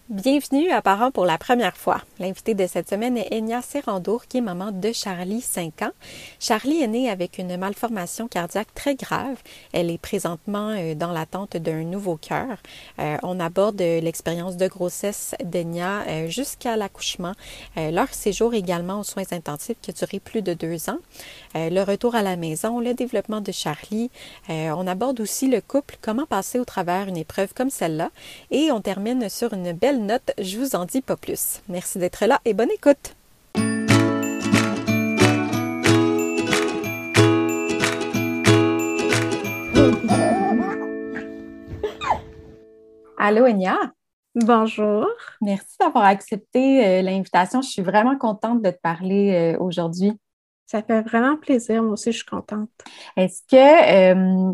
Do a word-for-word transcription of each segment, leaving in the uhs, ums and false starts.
Bienvenue à Parents pour la première fois. L'invitée de cette semaine est Enya Serrandour, qui est maman de Charlie, cinq ans. Charlie est née avec une malformation cardiaque très grave. Elle est présentement dans l'attente d'un nouveau cœur. Euh, on aborde l'expérience de grossesse d'Enya euh, jusqu'à l'accouchement, euh, leur séjour également aux soins intensifs qui a duré plus de deux ans, euh, le retour à la maison, le développement de Charlie. Euh, on aborde aussi le couple, comment passer au travers une épreuve comme celle-là, et on termine sur une belle note, je vous en dis pas plus. Merci d'être là et bonne écoute! Allô, Enya! Bonjour! Merci d'avoir accepté euh, l'invitation. Je suis vraiment contente de te parler euh, aujourd'hui. Ça fait vraiment plaisir. Moi aussi, je suis contente. Est-ce que euh,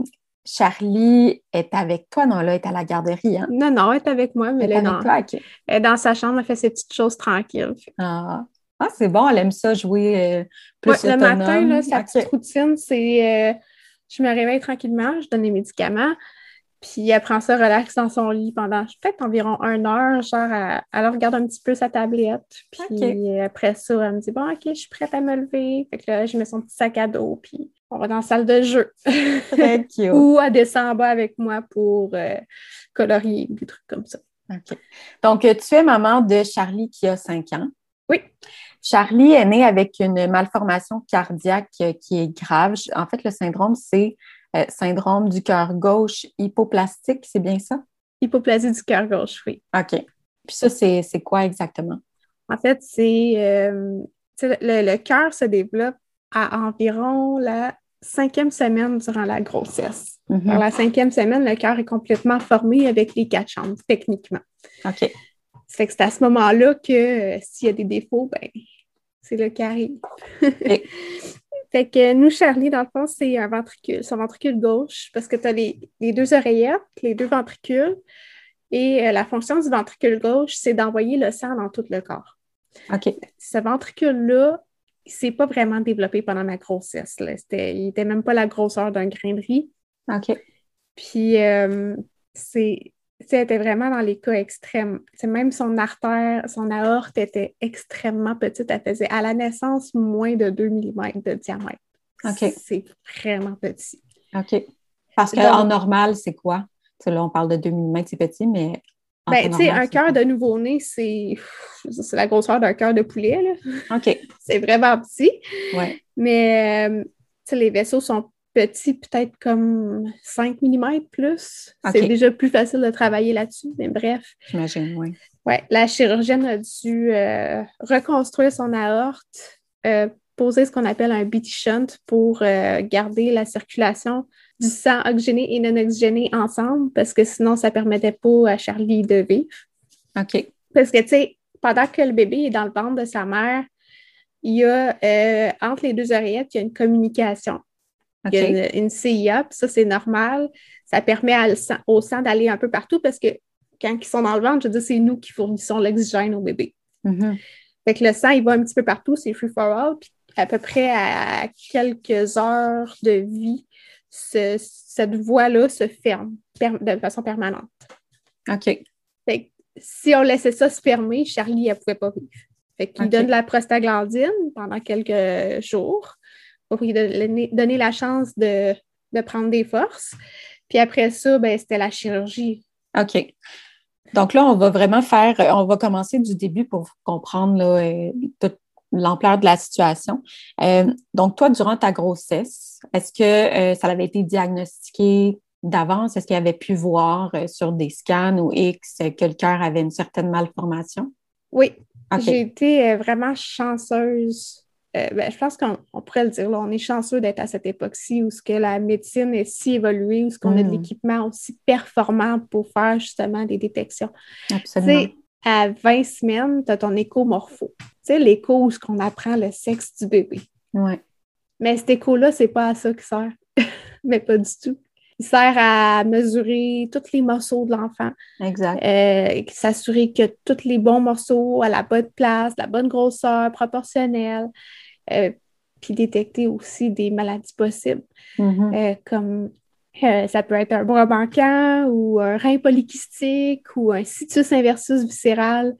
Charlie est avec toi? Non, là, elle est à la garderie, hein? Non, non, elle est avec moi, mais Elle est elle est, avec dans, toi? OK. elle est dans sa chambre, elle fait ses petites choses tranquilles. Ah, ah c'est bon, elle aime ça jouer euh, Ouais, plus le matin, là, autonome. sa petite OK. routine, c'est euh, je me réveille tranquillement, je donne les médicaments, puis elle prend ça relax dans son lit pendant peut-être environ une heure, genre, elle, elle regarde un petit peu sa tablette, OK. puis après ça, elle me dit « Bon, OK, je suis prête à me lever. » Fait que là, je mets son petit sac à dos, puis on va dans la salle de jeu. Très cute. Ou elle descend en bas avec moi pour euh, colorier, des trucs comme ça. OK. Donc, tu es maman de Charlie qui a cinq ans. Oui. Charlie est né avec une malformation cardiaque qui est grave. En fait, le syndrome, c'est euh, syndrome du cœur gauche hypoplastique, c'est bien ça? Hypoplasie du cœur gauche, oui. OK. Puis ça, c'est, c'est quoi exactement? En fait, c'est euh, le, le cœur se développe à environ la cinquième semaine durant la grossesse. Mm-hmm. Par la cinquième semaine, le cœur est complètement formé avec les quatre chambres, techniquement. OK. Ça fait que c'est à ce moment-là que euh, s'il y a des défauts, ben c'est là qui arrive. Okay. Fait que nous, Charlie, dans le fond, c'est un ventricule, son ventricule gauche, parce que tu as les, les deux oreillettes, les deux ventricules, et euh, la fonction du ventricule gauche, c'est d'envoyer le sang dans tout le corps. OK. Ce ventricule-là, il ne s'est pas vraiment développé pendant ma grossesse. Là. C'était, il n'était même pas la grosseur d'un grain de riz. OK. Puis, euh, c'est, c'était vraiment dans les cas extrêmes. C'est même son artère, son aorte était extrêmement petite. Elle faisait à la naissance moins de deux millimètres de diamètre. OK. C'est vraiment petit. OK. Parce qu'en normal, c'est quoi? T'sais, là, on parle de deux millimètres, c'est petit, mais en ben, tu sais, un cœur quoi? de nouveau-né, c'est, c'est la grosseur d'un cœur de poulet. Là. OK. C'est vraiment petit. Ouais. Mais, euh, tu sais, les vaisseaux sont petits, peut-être comme cinq millimètres plus. Okay. C'est déjà plus facile de travailler là-dessus, mais bref. J'imagine, oui. Oui, la chirurgienne a dû euh, reconstruire son aorte, euh, poser ce qu'on appelle un Beatty shunt pour euh, garder la circulation du sang oxygéné et non oxygéné ensemble, parce que sinon, ça ne permettait pas à Charlie de vivre. OK. Parce que, tu sais, pendant que le bébé est dans le ventre de sa mère, il y a, euh, entre les deux oreillettes, il y a une communication. Okay. Il y a une, une C I A, puis ça, c'est normal. Ça permet à, au sang d'aller un peu partout parce que quand ils sont dans le ventre, je veux dire, c'est nous qui fournissons l'oxygène au bébé. Mm-hmm. Fait que le sang, il va un petit peu partout, c'est free for all, puis à peu près à quelques heures de vie, ce, cette voie-là se ferme per, de façon permanente. OK. Fait que si on laissait ça se fermer, Charlie, elle ne pouvait pas vivre. Fait qu'il okay. donne de la prostaglandine pendant quelques jours pour lui donner, donner la chance de, de prendre des forces. Puis après ça, ben, c'était la chirurgie. OK. Donc là, on va vraiment faire, on va commencer du début pour comprendre là, toute l'ampleur de la situation. Euh, donc, toi, durant ta grossesse, est-ce que euh, ça avait été diagnostiqué d'avance? Est-ce qu'il avait pu voir euh, sur des scans ou X que le cœur avait une certaine malformation? Oui. Okay. J'ai été euh, vraiment chanceuse. Euh, ben, je pense qu'on on pourrait le dire, là, on est chanceux d'être à cette époque-ci où ce que la médecine est si évoluée, où ce qu'on mm. a de l'équipement aussi performant pour faire justement des détections. Absolument. T'sais, à vingt semaines, tu as ton écho-morpho. Tu sais, l'écho où ce qu'on apprend le sexe du bébé. Oui. Mais cet écho-là, c'est pas à ça qu'il sert. Mais pas du tout. Il sert à mesurer tous les morceaux de l'enfant. Exact. Euh, s'assurer que tous les bons morceaux à la bonne place, la bonne grosseur, proportionnelle. Euh, puis détecter aussi des maladies possibles, mm-hmm. euh, comme Euh, ça peut être un bras manquant ou un rein polykystique ou un situs inversus viscéral,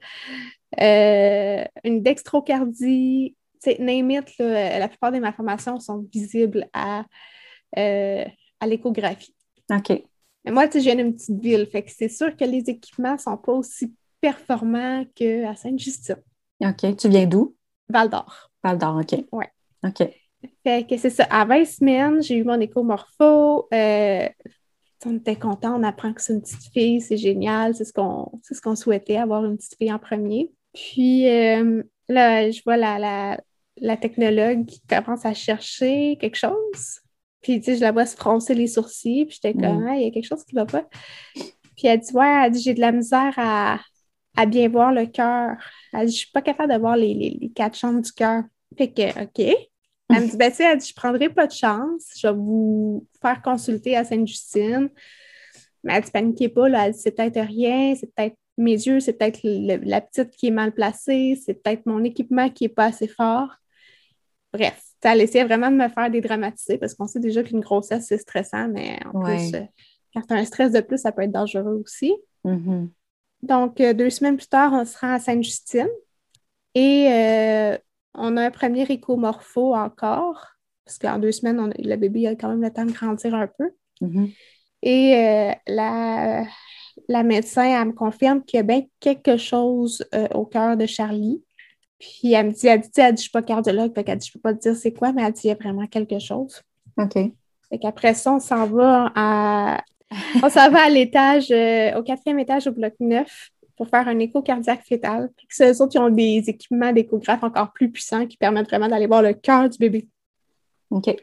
euh, une dextrocardie, tu sais, name it, là, la plupart des malformations sont visibles à, euh, à l'échographie. OK. Mais moi, tu sais, je viens d'une petite ville, fait que c'est sûr que les équipements ne sont pas aussi performants qu'à Sainte-Justine. OK. Tu viens d'où? Val-d'Or. Val d'Or, OK. Ouais. OK. Fait que c'est ça. À vingt semaines, j'ai eu mon échomorpho. Euh, on était contents, on apprend que c'est une petite fille, c'est génial, c'est ce qu'on c'est ce qu'on souhaitait, avoir une petite fille en premier. Puis euh, là, je vois la, la, la technologue qui commence à chercher quelque chose. Puis tu sais, je la vois se froncer les sourcils, puis j'étais comme, Mm. ah, il y a quelque chose qui va pas. Puis elle dit, ouais, elle dit, j'ai de la misère à, à bien voir le cœur. Elle dit, je suis pas capable de voir les, les, les quatre chambres du cœur. Fait que, OK. Elle me dit, ben, tu sais, elle dit, je prendrai pas de chance. Je vais vous faire consulter à Sainte-Justine. Mais elle dit, paniquez pas, là. Elle dit, c'est peut-être rien, c'est peut-être mes yeux, c'est peut-être le- la petite qui est mal placée, c'est peut-être mon équipement qui est pas assez fort. Bref, elle essayait vraiment de me faire dédramatiser parce qu'on sait déjà qu'une grossesse, c'est stressant, mais en Ouais. plus, euh, quand tu as un stress de plus, ça peut être dangereux aussi. Mhm. Donc, euh, deux semaines plus tard, on se rend à Sainte-Justine et euh, on a un premier échomorpho encore, parce qu'en deux semaines, on a- le bébé a quand même le temps de grandir un peu. Mhm. Et euh, la, la médecin, elle me confirme qu'il y a bien quelque chose euh, au cœur de Charlie. Puis elle me dit, elle dit, tu sais, elle dit, je ne suis pas cardiologue, fait qu'elle dit, je ne peux pas te dire c'est quoi, mais elle dit, il y a vraiment quelque chose. OK. Fait qu'après ça, on s'en va à, on s'en va à l'étage, euh, au quatrième étage au bloc neuf pour faire un écho cardiaque fœtal. Puis que ceux autres, qui ont des équipements d'échographe encore plus puissants qui permettent vraiment d'aller voir le cœur du bébé. OK.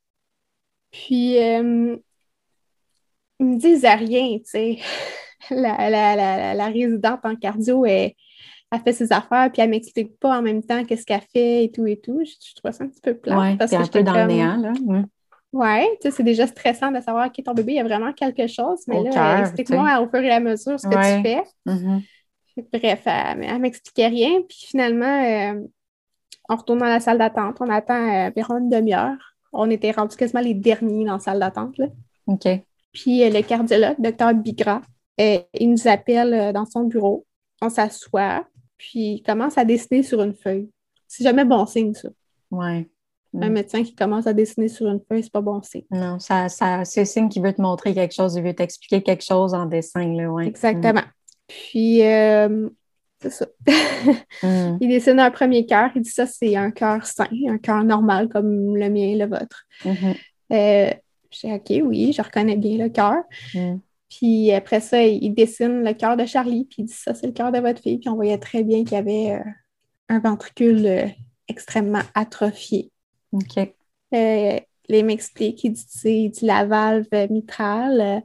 Puis, euh, ils me disent rien, tu sais. La, la, la, la résidente en cardio, elle, elle fait ses affaires, puis elle m'explique pas en même temps qu'est-ce qu'elle fait et tout et tout. Je, je trouve ça un petit peu plate Ouais, parce t'es que un peu j'étais dans le comme, néant, là. Mm. ouais, tu sais, c'est déjà stressant de savoir que ton bébé, il y a vraiment quelque chose, mais Au là, euh, cœur, tu sais. explique-moi au fur et à mesure ce que tu Ouais. fais. Mhm. Bref, elle, elle m'expliquait rien, puis finalement, euh, on retourne dans la salle d'attente, on attend euh, environ une demi-heure. On était rendus quasiment les derniers dans la salle d'attente, là. OK. Puis euh, le cardiologue, docteur Bigra, euh, il nous appelle euh, dans son bureau. On s'assoit, puis il commence à dessiner sur une feuille. C'est jamais bon signe, ça. Ouais. Un Mm. médecin qui commence à dessiner sur une feuille, c'est pas bon signe. Non, ça, ça, c'est signe qu'il veut te montrer quelque chose, il veut t'expliquer quelque chose en dessin, là, ouais. Mm. Exactement. Puis, euh, c'est ça. Mm. Il dessine un premier cœur. Il dit ça, c'est un cœur sain, un cœur normal comme le mien et le vôtre. Mhm. Euh, je dis, OK, oui, je reconnais bien le cœur. Mm. Puis après ça, il dessine le cœur de Charlie, puis il dit ça, c'est le cœur de votre fille. Puis on voyait très bien qu'il y avait euh, un ventricule euh, extrêmement atrophié. OK. Euh, il m'explique, il dit, tu sais, il dit la valve mitrale, euh,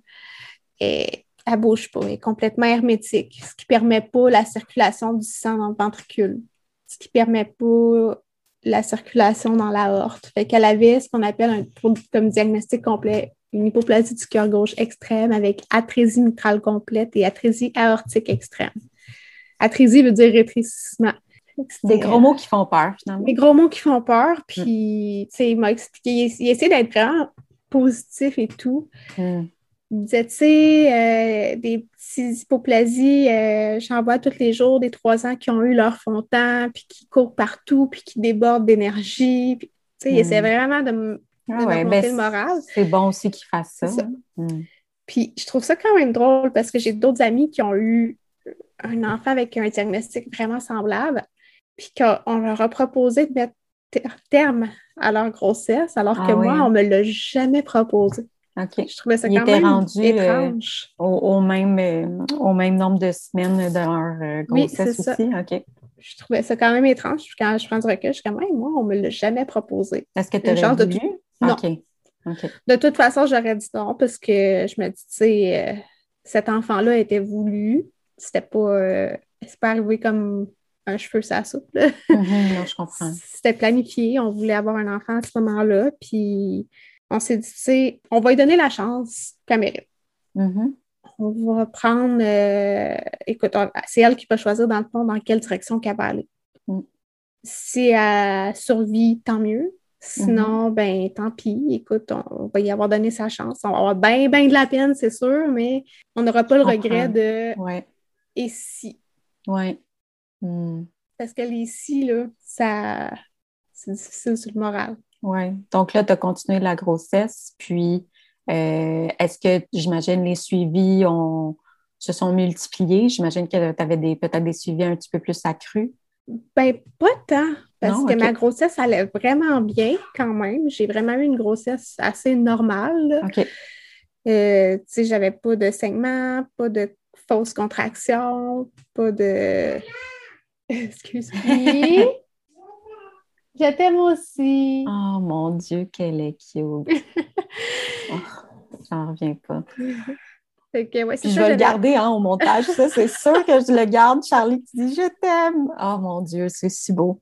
est- elle ne bouge pas, elle est complètement hermétique, ce qui ne permet pas la circulation du sang dans le ventricule, ce qui ne permet pas la circulation dans l'aorte. Fait qu'elle avait ce qu'on appelle un, pour- comme diagnostic complet une hypoplasie du cœur gauche extrême avec atrésie mitrale complète et atrésie aortique extrême. Atrésie veut dire rétrécissement. Des C'était, gros euh, mots qui font peur, des finalement. gros mots qui font peur. Mm. Puis, tu sais, il m'a expliqué, il, il essaie d'être vraiment positif et tout. Mm. Il disait, tu sais, euh, des petites hypoplasies, euh, j'en vois tous les jours des trois ans qui ont eu leur fond de temps, puis qui courent partout, puis qui débordent d'énergie. Puis, tu sais, il essaie Mm. vraiment de, m- Ah de me ouais, ben remonter le moral. c'est bon aussi qu'il fasse C'est ça, ça. hein. Mm. Puis, je trouve ça quand même drôle parce que j'ai d'autres amis qui ont eu un enfant avec un diagnostic vraiment semblable, puis qu'on leur a proposé de mettre ter- terme à leur grossesse, alors que Ah oui, moi, on hein? me l'a jamais proposé. OK. Je trouvais ça Ils quand étaient même rendus euh, étrange. au, au même, euh, au même nombre de semaines de leur euh, Oui, c'est grossesse ça. aussi. OK. Je trouvais ça quand même étrange. Puis quand je prends du recul, je suis comme, hey, moi, on me l'a jamais proposé. Est-ce que tu Une aurais chance de voulu? tout. OK. Non. OK. De toute façon, j'aurais dit non parce que je me dis, tu sais, euh, cet enfant-là était voulu. C'était pas, euh, c'est pas arrivé comme un cheveu sur la soupe, là. Mhm, non, je comprends. C'était planifié. On voulait avoir un enfant à ce moment-là. Puis on s'est dit, tu sais, on va lui donner la chance qu'elle mérite. Mhm. On va prendre, euh, écoute, on- c'est elle qui peut choisir dans le fond dans quelle direction qu'elle va aller. Mm. Si elle survit, tant mieux. Sinon, ben tant pis, écoute, on va y avoir donné sa chance. On va avoir bien, bien de la peine, c'est sûr, mais on n'aura pas Je le regret comprends. de Ouais, et si. ouais. Hmm. Parce que les si, là, ça c'est difficile sur le moral. Ouais. Donc là, tu as continué la grossesse, puis euh, est-ce que, j'imagine, les suivis ont, se sont multipliés? J'imagine que tu avais des, peut-être des suivis un petit peu plus accrus. Ben, pas tant, parce Non? que ma OK. grossesse allait vraiment bien quand même. J'ai vraiment eu une grossesse assez normale, là. OK. Euh, tu sais, j'avais pas de saignement, pas de fausses contractions, pas de... Excuse-moi. Je t'aime aussi. Oh mon Dieu, qu'elle est cute. Oh, j'en reviens pas. Fait que, ouais, c'est Puis je ça, vais le j'avais... garder hein, au montage, ça, c'est sûr que je le garde. Charlie qui dit je t'aime. Oh mon Dieu, c'est si beau.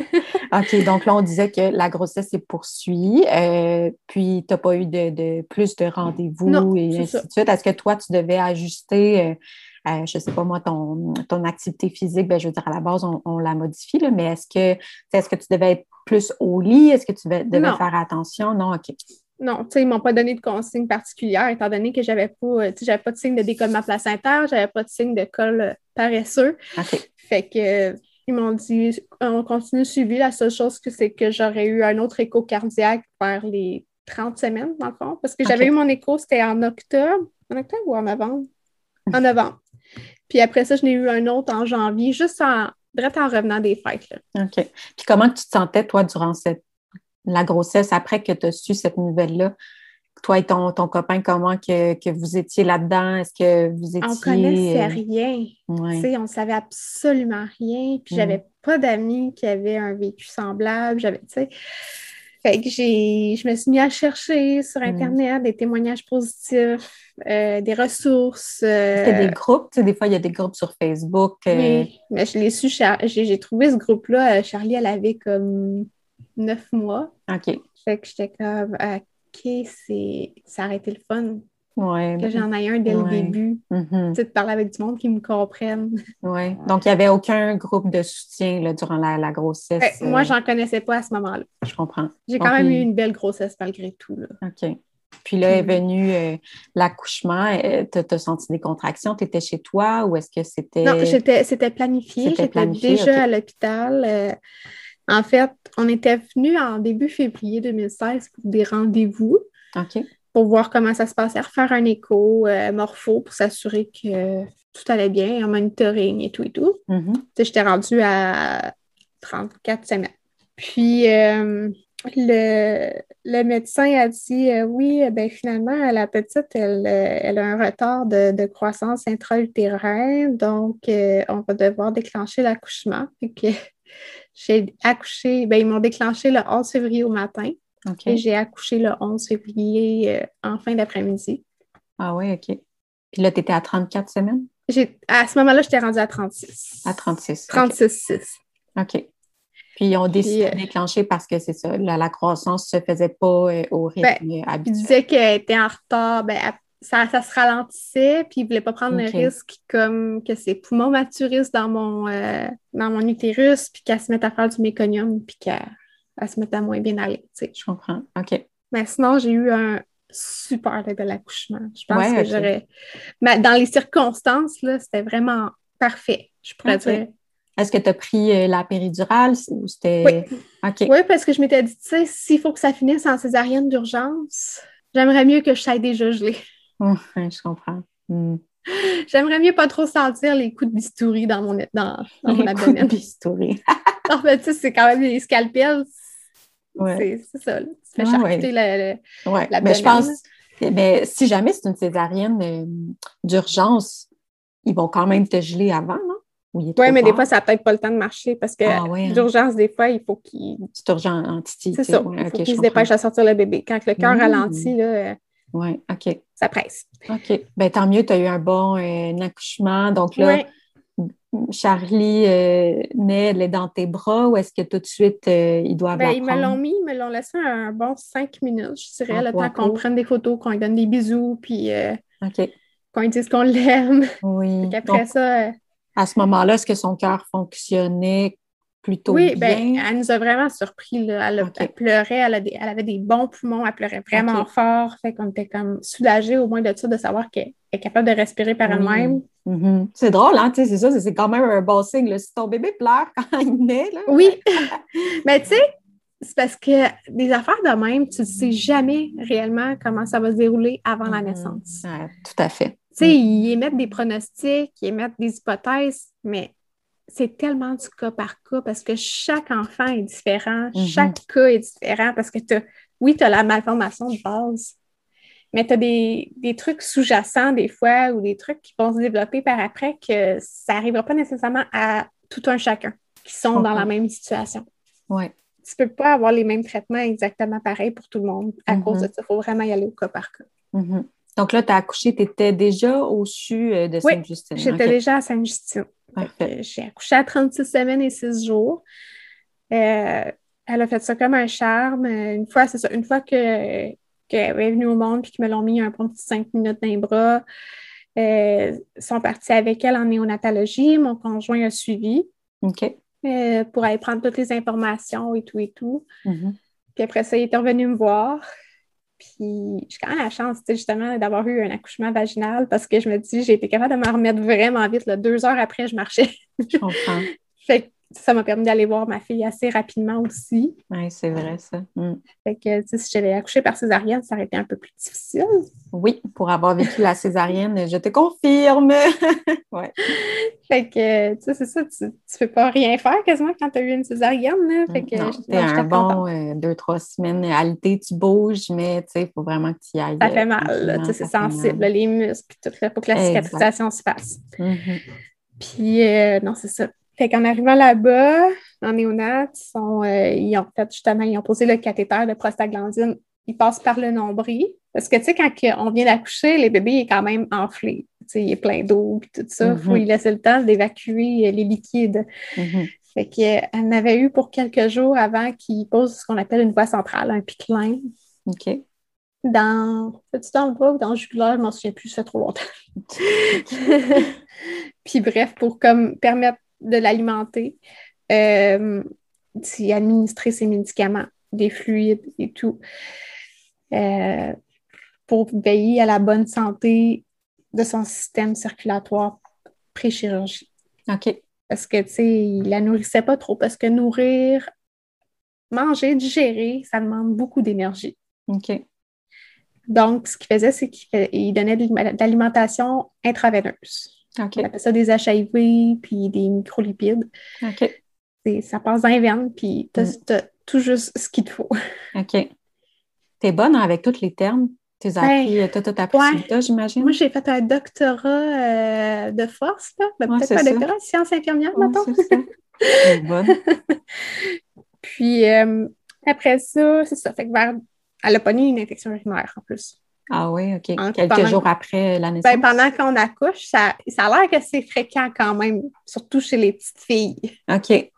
OK, donc là, on disait que la grossesse s'est poursuivie, euh, puis tu n'as pas eu de, de plus de Non, rendez-vous et c'est ainsi ça. de suite. Est-ce que toi, tu devais ajuster, euh, euh, je ne sais pas moi, ton, ton activité physique? Ben, je veux dire, à la base, on, on la modifie, là, mais est-ce que, est-ce que tu devais être plus au lit? Est-ce que tu devais, devais Non, faire attention? Non, OK. non, tu sais, ils m'ont pas donné de consigne particulière, étant donné que j'avais pas, euh, tu sais, j'avais pas de signe de décollement placentaire, j'avais pas de signe de col euh, paresseux. OK. Fait que, euh, ils m'ont dit, on continue le suivi. La seule chose que c'est que j'aurais eu un autre écho cardiaque vers les trente semaines, dans le fond, parce que j'avais eu OK. mon écho, c'était en octobre. En octobre ou en novembre? En novembre. Puis après ça, je n'ai eu un autre en janvier, juste en, direct en revenant des fêtes, là. OK. Puis comment tu te sentais, toi, durant cette, la grossesse, après que tu as su cette nouvelle-là? Toi et ton, ton copain, comment que, que vous étiez là-dedans? Est-ce que vous On connaissait étiez... euh, rien. Tu Ouais. sais, on savait absolument rien. Puis Mm. j'avais pas d'amis qui avaient un vécu semblable. J'avais, tu sais. Fait que j'ai, je me suis mis à chercher sur Mm. Internet des témoignages positifs, euh, des ressources. Est-ce qu'il y a euh, des groupes? Tu sais, des fois, il y a des groupes sur Facebook. euh, oui, mais je l'ai su, Char- j'ai j'ai trouvé ce groupe-là. euh, Charlie, elle avait comme neuf mois. OK. Fait que j'étais comme, OK, c'est, ça aurait été le fun Ouais. que j'en aie un dès le Ouais. début. Mhm. Tu sais, de parler avec du monde qui me comprenne. Ouais. Donc, il n'y avait aucun groupe de soutien là, durant la, la Ouais, grossesse. moi, euh, j'en connaissais pas à ce moment-là. je comprends. J'ai quand Donc, même eu il... une belle grossesse malgré tout, là. OK. Puis là est Puis, venu euh, l'accouchement. Tu as senti des contractions? Tu étais chez toi ou est-ce que non, c'était j'étais, c'était planifié. c'était J'étais planifié? OK. déjà à l'hôpital. Euh, en fait, on était venu en début février deux mille seize pour des rendez-vous, OK. pour voir comment ça se passait, refaire un écho, euh, morpho, pour s'assurer que tout allait bien, en monitoring et tout et tout. Mhm. Tu sais, j'étais rendue à trente-quatre semaines. Puis, euh, le, le médecin a dit euh, oui, euh, ben finalement, la petite, elle, euh, elle a un retard de, de croissance intra-utérin, donc euh, on va devoir déclencher l'accouchement. Fait que j'ai accouché, ben ils m'ont déclenché le onze février au matin et OK. j'ai accouché le onze février euh, en fin d'après-midi. Ah oui, OK. Puis là, tu étais à trente-quatre semaines? J'ai, à ce moment-là, j'étais rendue à trente-six. À trente-six. OK. trente-six virgule six. OK. Puis ils ont Puis, décidé euh, de déclencher parce que c'est ça, la, la croissance ne se faisait pas euh, au ben, rythme il habituel. disait qu'elle était en retard, ben, elle- ça, ça se ralentissait, puis il ne voulait pas prendre le OK. risque comme que ses poumons maturissent dans mon, euh, dans mon utérus, puis qu'elle se mette à faire du méconium, puis qu'elle elle se mette à moins bien aller, tu sais. Je comprends. OK. Mais sinon, j'ai eu un super de bel accouchement. Je pense Ouais, que OK. j'aurais... Mais dans les circonstances, là, c'était vraiment parfait, je pourrais OK. dire. Est-ce que tu as pris euh, la péridurale ou Oui, c'était... OK. oui, parce que je m'étais dit, tu sais, s'il faut que ça finisse en césarienne d'urgence, j'aimerais mieux que je sois déjà gelée. Hum, ouais, je comprends. Hum. J'aimerais mieux pas trop sentir les coups de bistouri dans mon, dans, dans mon Les coups de abdomen. bistouri. En fait, tu sais, c'est quand même les scalpels, Ouais. c'est c'est ça, là. Tu fais Ouais, charcuter ouais. le- le- Ouais. Mais je l'abdomen, là. pense, mais si jamais c'est une césarienne euh, d'urgence, ils vont quand même te geler avant, non? Ou il est Oui, trop mais des fois, tard? ça n'a peut-être pas le temps de marcher parce que Ah ouais, hein? d'urgence, des fois, il faut qu'il. C'est urgent en Titi, C'est tu sais. ça, Ouais, il faut OK, qu'il je se comprends. dépêche à sortir le bébé. Quand le cœur Mmh. ralentit, là, euh, Ouais, OK. ça presse. OK. Ben, tant mieux, tu as eu un bon euh, accouchement. Donc là, Oui. Charlie euh, naît, elle est dans tes bras ou est-ce que tout de suite, euh, ils doivent Ben, la ils me prendre l'ont mis, ils me l'ont laissé un bon cinq minutes, je dirais, en le peau à temps qu'on peau? prenne des photos, qu'on lui donne des bisous, puis euh, OK. qu'on lui dise qu'on l'aime. Fait Oui. qu'après Donc, ça, euh, à ce moment-là, est-ce que son cœur fonctionnait plutôt Oui, bien? bien, elle nous a vraiment surpris, là. Elle, a- OK. elle pleurait, elle, a des- elle avait des bons poumons, elle pleurait vraiment OK. fort. Fait qu'on était comme soulagés au moins de ça, de savoir qu'elle est capable de respirer par elle-même. Oui. Mhm. C'est drôle, hein? Tu sais, c'est ça, c'est c'est quand même un bon signe, là. Si ton bébé pleure quand il naît, là. Oui, mais tu sais, c'est parce que des affaires de même, tu ne sais jamais réellement comment ça va se dérouler avant la Mhm. naissance. Ouais, tout à fait. Tu sais, ils émettent des pronostics, ils émettent des hypothèses, mais c'est tellement du cas par cas parce que chaque enfant est différent, Mhm. chaque cas est différent parce que t'as, oui, tu as la malformation de base, mais tu as des, des trucs sous-jacents des fois ou des trucs qui vont se développer par après que ça n'arrivera pas nécessairement à tout un chacun qui Je sont dans la comprends. même situation. Ouais. Tu ne peux pas avoir les mêmes traitements exactement pareils pour tout le monde à cause de Mhm. ça. Il faut vraiment y aller au cas par cas. Mhm. Donc là, tu as accouché, tu étais déjà au C H U euh, de Oui, Sainte-Justine. j'étais OK. déjà à Sainte-Justine. Fait Parfait. que j'ai accouché à trente-six semaines et six jours. Euh, Elle a fait ça comme un charme. Une fois, c'est ça, une fois que, qu'elle est venue au monde puis qu'ils me l'ont mis un bon petit cinq minutes dans les bras, euh, ils sont partis avec elle en néonatologie. Mon conjoint a suivi OK. euh, pour aller prendre toutes les informations et tout et tout. Mhm. Puis après ça, il est revenu me voir. Puis j'ai quand même la chance, tu sais, justement, d'avoir eu un accouchement vaginal parce que je me dis, j'ai été capable de m'en remettre vraiment vite. Là. Deux heures après, je marchais. Je comprends. Fait que ça m'a permis d'aller voir ma fille assez rapidement aussi. Oui, c'est vrai, ça. Mm. Fait que, tu sais, si j'avais accouché par césarienne, ça aurait été un peu plus difficile. Oui, pour avoir vécu la césarienne, je te confirme. Ouais. Fait que, tu sais, c'est ça, tu, tu peux pas rien faire quasiment quand tu as eu une césarienne, là. Fait Mm, que, non, je- t'es non, un j'étais contente. bon euh, deux, trois semaines alité, tu bouges, mais tu sais, il faut vraiment que tu y ailles Ça euh, fait mal, là, tu sais, tranquillement, c'est ça fait sensible, mal. là, les muscles, puis tout, là, pour que la Exact. cicatrisation se fasse. Mhm. Puis, euh, non, c'est ça. Fait qu'en arrivant là-bas, en néonat, ils, sont, euh, ils ont fait justement, ils ont posé le cathéter de prostaglandine. Il passe par le nombril. Parce que, tu sais, quand on vient d'accoucher, le bébé est quand même enflé. Tu sais, il est plein d'eau, puis tout ça. Il faut Mhm. lui laisser le temps d'évacuer les liquides. Mhm. Fait qu'elle en avait eu pour quelques jours avant qu'il pose ce qu'on appelle une voie centrale, un piquelin. OK. Dans, c'est-tu dans le bras ou dans le jugulaire? Je m'en souviens plus, ça fait trop longtemps. Puis bref, pour comme permettre de l'alimenter, euh, d'y administrer ses médicaments, des fluides et tout, euh, pour veiller à la bonne santé de son système circulatoire pré-chirurgie. OK. Parce que, tu sais, il la nourrissait pas trop, parce que nourrir, manger, digérer, ça demande beaucoup d'énergie. OK. Donc, ce qu'il faisait, c'est qu'il fait- il donnait de l'alimentation intraveineuse. On OK. appelle ça des H I V puis des microlipides. OK. C'est- Ça passe dans les veines, puis tu Mm. as tout juste ce qu'il te faut. OK. T'es bonne avec tous les termes. Tu as Ben, appris, toi, t'as appris sur ouais. le tas, Moi, j'imagine? j'ai fait un doctorat euh, de force, là. Ben, Ouais, peut-être c'est pas un ça. doctorat, sciences infirmières, Ouais, mettons. c'est ça. T'es bonne. Puis euh, après ça, c'est ça. Fait que vers... Elle a pogné une infection urinaire en plus. Ah oui, OK. En- Quelques pendant, jours après la ben, naissance? pendant qu'on accouche, ça, ça a l'air que c'est fréquent quand même, surtout chez les petites filles. OK.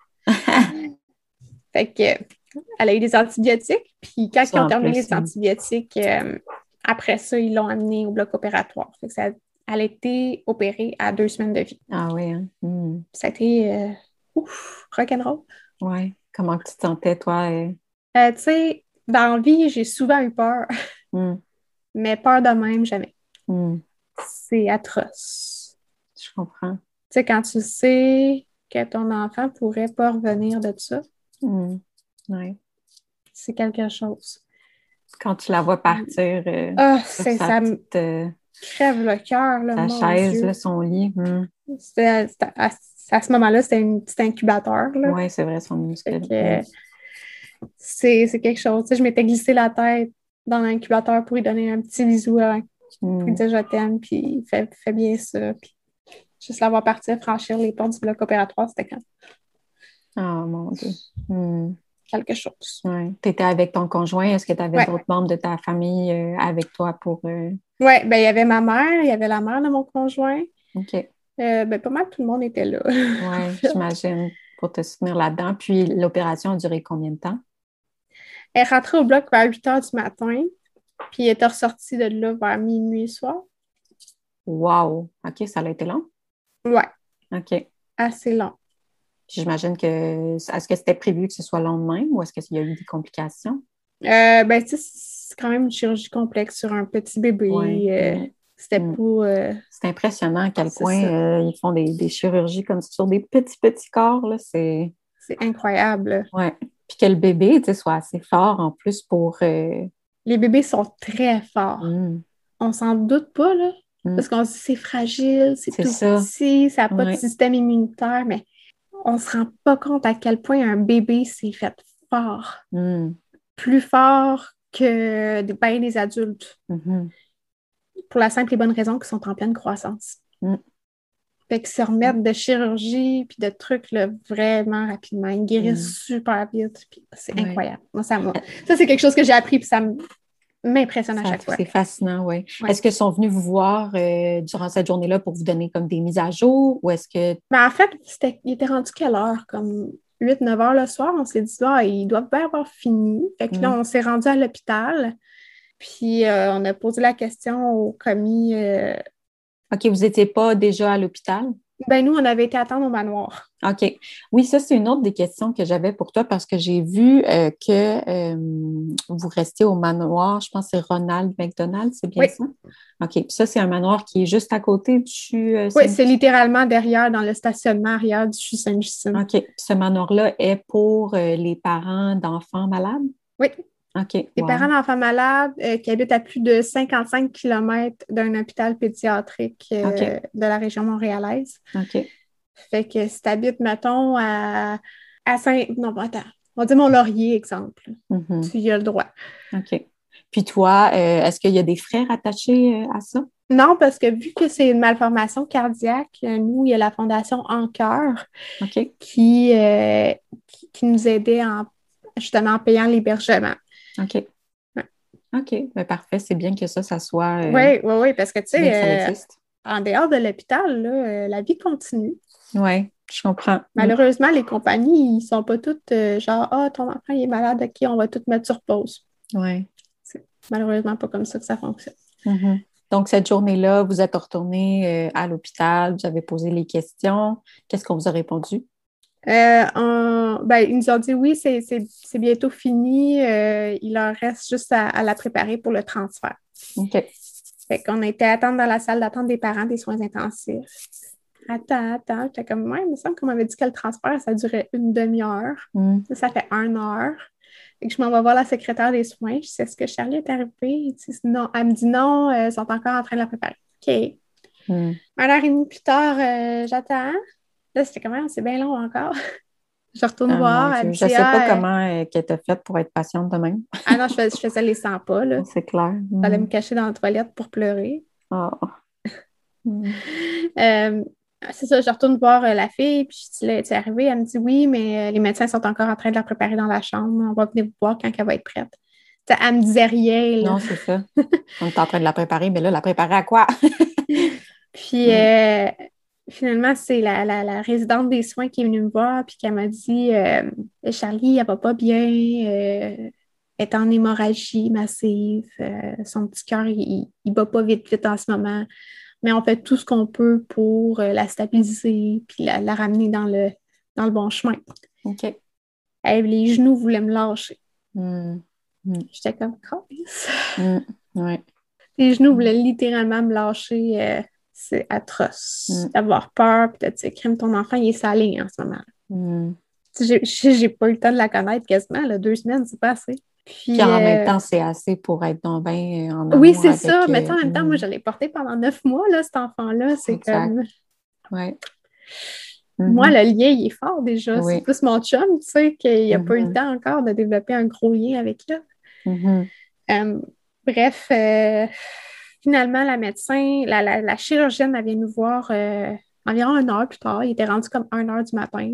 Fait que elle a eu des antibiotiques, puis quand ils Ça, ont en terminé plus. les antibiotiques, euh, après ça, ils l'ont amenée au bloc opératoire. Fait que ça, elle a été opérée à deux semaines de vie. Ah oui, hein? Mm. Ça a été euh, ouf, rock'n'roll. Ouais. Comment que tu te sentais, toi? euh? Euh, tu sais, dans la vie, j'ai souvent eu peur, Mm. mais peur de même, jamais. Mm. C'est atroce. Je comprends. Tu sais, quand tu sais que ton enfant pourrait pas revenir de ça, Mm. Ouais. c'est quelque chose. Quand tu la vois partir euh, Ah, sur c'est, sa ça me petite euh, crève le cœur, là, sa mon chaise, là, Dieu. son lit. Mm. C'était, c'était- à, à ce moment-là, c'était un petit incubateur, là. Oui, c'est vrai, son Fait minuscule. que Mm. c'est, c'est quelque chose. Tu sais, je m'étais glissé la tête dans l'incubateur pour lui donner un petit bisou avant, pour lui Mm. dire je t'aime, puis fais, fais bien ça. Puis juste l'avoir partir, franchir les portes du bloc opératoire, c'était quand Oh mon Dieu. Mm. quelque chose. Ouais. Tu étais avec ton conjoint. Est-ce que tu avais Ouais. d'autres membres de ta famille euh, avec toi pour. euh, Ouais, ben il y avait ma mère, il y avait la mère de mon conjoint. OK. Euh, ben, pas mal tout le monde était là. En Oui, fait. j'imagine, pour te soutenir là-dedans. Puis l'opération a duré combien de temps? Elle est rentrée au bloc vers huit heures du matin, puis elle est ressortie de là vers minuit soir. Wow! OK, ça a été long? Ouais, OK. assez long. Puis j'imagine que, est-ce que c'était prévu que ce soit le lendemain ou est-ce qu'il y a eu des complications? Euh, ben, tu sais, c'est quand même une chirurgie complexe sur un petit bébé. Ouais. Euh, Mm. c'était Mm. pas... euh, C'est impressionnant à quel c'est point ça. euh, ils font des, des chirurgies comme ça sur des petits, petits corps, là. C'est... C'est incroyable. Ouais. Puis que le bébé, tu sais, soit assez fort en plus pour... euh, Les bébés sont très forts. mm, On s'en doute pas, là. mm. Parce qu'on se dit c'est fragile, c'est C'est tout ça. petit, ça n'a pas de Ouais. système immunitaire, mais on se rend pas compte à quel point un bébé s'est fait fort. Mm. Plus fort que des, ben, des adultes. Mhm. Pour la simple et bonne raison qu'ils sont en pleine croissance. Mm. Fait qu'ils se remettent de chirurgie puis de trucs là, vraiment rapidement. Ils guérissent Mm. super vite. Puis c'est Ouais. incroyable. Moi, ça, moi, ça, c'est quelque chose que j'ai appris puis ça m'impressionne à Ça- chaque fois. C'est fascinant, oui. Ouais. Est-ce qu'ils sont venus vous voir euh, durant cette journée-là pour vous donner comme des mises à jour ou est-ce que... Mais en fait, c'était, il était rendu quelle heure? Comme huit neuf heures le soir. On s'est dit, ah, ils doivent bien avoir fini. Fait que là, Mm. on s'est rendu à l'hôpital. Puis euh, on a posé la question au commis. euh, OK, vous n'étiez pas déjà à l'hôpital? Ben, nous, on avait été attendre au manoir. OK. Oui, ça, c'est une autre des questions que j'avais pour toi parce que j'ai vu euh, que euh, vous restiez au manoir, je pense que c'est Ronald McDonald, c'est bien Oui. ça? OK. Puis ça, c'est un manoir qui est juste à côté du euh, Oui, c'est Saint-Justine? littéralement derrière, dans le stationnement arrière du C H U Sainte-Justine. OK. Puis ce manoir-là est pour euh, les parents d'enfants malades? Oui. OK. Les Wow. parents d'enfants malades euh, qui habitent à plus de cinquante-cinq kilomètres d'un hôpital pédiatrique euh, OK. de la région montréalaise. OK. Fait que si tu habites, mettons, à, à Saint... Non, attends. On va dire Mont-Laurier, exemple. Mhm. Tu y as le droit. OK. Puis toi, euh, est-ce qu'il y a des frais rattachés euh, à ça? Non, parce que vu que c'est une malformation cardiaque, euh, nous, il y a la Fondation En Cœur OK. qui, euh, qui, qui nous aidait en, justement en payant l'hébergement. OK. Ouais. OK. Ben, parfait. C'est bien que ça, ça soit... euh, Oui, oui, oui, parce que tu c'est bien que ça sais, euh, existe. en dehors de l'hôpital, là, euh, la vie continue. Oui, je comprends. Mm. Malheureusement, les compagnies, ils ne sont pas toutes euh, genre, ah, ton enfant il est malade, OK, on va tout mettre sur pause. Oui. C'est malheureusement pas comme ça que ça fonctionne. Mhm. Donc, cette journée-là, vous êtes retourné euh, à l'hôpital, vous avez posé les questions. Qu'est-ce qu'on vous a répondu? Euh, on- ben, ils nous ont dit oui, c'est, c'est, c'est bientôt fini. Euh, il leur reste juste à, à la préparer pour le transfert. OK. Fait qu'on a été attendre dans la salle d'attente des parents des soins intensifs. Attends, attends. J'étais comme, ouais, il me semble qu'on m'avait dit que le transfert, ça durait une demi-heure. Mm. Ça, ça fait une heure. Fait que je m'en vais voir la secrétaire des soins. Je dis, est-ce que Charlie est arrivée? Elle, dit, non. Elle me dit non, euh, ils sont encore en train de la préparer. OK. Mm. Une heure et demie plus tard, euh, j'attends. Là, c'était quand même, c'est bien long encore. Je retourne Ah, voir. mon Elle Dieu. me Je ne dit, sais pas ah, euh, comment euh, qu'elle t'a fait pour être patiente de même. ah non, je faisais, je faisais les cent pas, là. C'est clair. Mm. J'allais me cacher dans la toilette pour pleurer. Ah. Mm. Euh, c'est ça, je retourne voir euh, la fille, puis je dis, là, es-tu arrivée? Elle me dit oui, mais euh, les médecins sont encore en train de la préparer dans la chambre. On va venir vous voir quand elle va être prête. T'sais, elle me disait rien, là. Non, c'est ça. On est en train de la préparer, mais là, la préparer à quoi? Puis euh, finalement, c'est la, la, la résidente des soins qui est venue me voir, puis qui m'a dit euh, Charlie, elle va pas bien, euh, elle est en hémorragie massive, euh, son petit cœur, il, il bat pas vite, vite en ce moment. Mais on fait tout ce qu'on peut pour euh, la stabiliser puis la, la ramener dans le, dans le bon chemin. OK. Hey, les genoux voulaient me lâcher. Mm. Mm. J'étais comme, Calisse. Mm. Ouais. Les genoux voulaient littéralement me lâcher. Euh, c'est atroce Mm. d'avoir peur puis de dire, crème, ton enfant, il est salé en ce moment. Mm. J'ai, j'ai pas eu le temps de la connaître quasiment. Là, deux semaines, c'est pas assez. Puis, Puis en euh, même temps, c'est assez pour être dans bien en amour oui, c'est avec, ça. Mais euh, tu sais, en même temps, mm. moi, je l'ai porté pendant neuf mois, là, cet enfant-là. C'est Exact. comme... Ouais. Moi, Mhm. le lien, il est fort déjà. Oui. C'est plus mon chum, tu sais, qu'il n'a pas eu le Mhm. temps encore de développer un gros lien avec elle. Mhm. Euh, bref, euh, finalement, la médecin, la, la, la chirurgienne, elle vient nous voir euh, environ une heure plus tard. Il était rendu comme une heure du matin.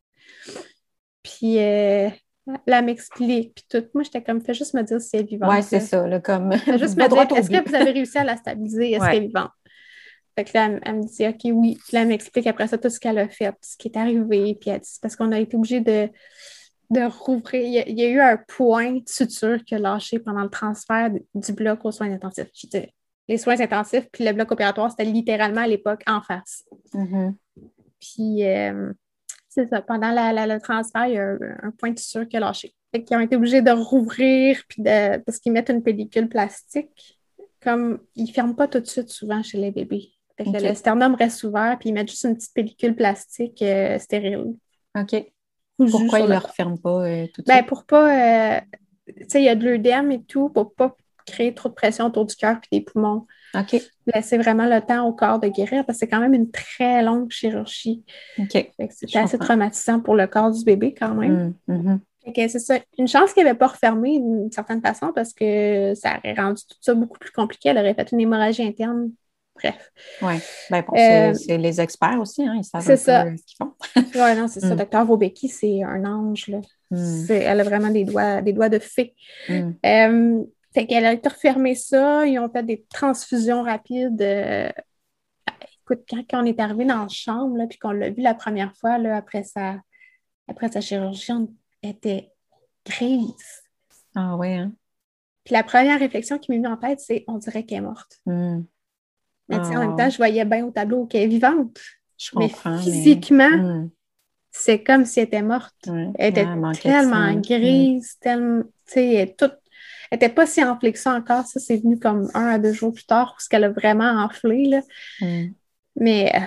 Puis, euh, là, elle m'explique, puis tout. Moi, j'étais comme, fais juste me dire si elle est vivante. Ouais, c'est là. ça, là, comme Fais juste va me droit dire, au est-ce but. que vous avez réussi à la stabiliser? Est-ce Ouais. qu'elle est vivante? Fait que là, elle, elle me dit, OK, oui. Puis là, elle m'explique après ça tout ce qu'elle a fait, ce qui est arrivé. Puis elle dit, c'est parce qu'on a été obligé de, de rouvrir. Il y, a, il y a eu un point de suture qui a lâché pendant le transfert du bloc aux soins intensifs. Je dis, les soins intensifs, puis le bloc opératoire, c'était littéralement à l'époque en face. Mhm. Puis, euh, C'est ça. Pendant la, la- le transfert, il y a un, un point de suture qui a lâché. Fait qu'ils ont été obligés de rouvrir puis de, parce qu'ils mettent une pellicule plastique. Comme ils ne ferment pas tout de suite souvent chez les bébés. Fait que OK. le sternum reste ouvert puis ils mettent juste une petite pellicule plastique euh, stérile. OK. Cousue Pourquoi sur ils ne le le referment pas euh, tout de Ben, suite? pour pas. euh, tu sais, il y a de l'œdème et tout, pour pas créer trop de pression autour du cœur et des poumons. OK. Laisser vraiment le temps au corps de guérir parce que c'est quand même une très longue chirurgie. OK. Fait que Je c'était assez comprends. traumatisant pour le corps du bébé quand même. Mm, mhm. Fait que c'est ça. Une chance qu'il n'avait pas refermé d'une certaine façon parce que ça aurait rendu tout ça beaucoup plus compliqué. Elle aurait fait une hémorragie interne. Bref. Oui. Ben bon, c'est Euh, c'est les experts aussi, hein, ils savent c'est un peu ça. euh, ce qu'ils font. Ouais, non, c'est ça. Mm, Docteur Vaubecki, c'est un ange, là. mm, C'est- elle a vraiment des doigts, des doigts de fée. mm. Euh, fait qu'elle a été refermée ça. Ils ont fait des transfusions rapides. euh, Écoute, quand, quand on est arrivé dans la chambre, là, puis qu'on l'a vu la première fois, là, après sa, après sa chirurgie, on était grise. Ah oui, hein? Puis la première réflexion qui m'est venue en tête, c'est on dirait qu'elle est morte. Mm. Mais tu sais, Ah, en même temps, wow. je voyais bien au tableau qu'elle est vivante. Je Mais comprends, mais physiquement, mm, c'est comme si elle était morte. ouais. Elle était Ah, elle manquait de tellement sang. Mm, grise, tellement, tu sais, elle est toute. Elle n'était pas si enflée que ça encore. Ça, c'est venu comme un à deux jours plus tard où ce qu'elle a vraiment enflé, là. mm, Mais euh,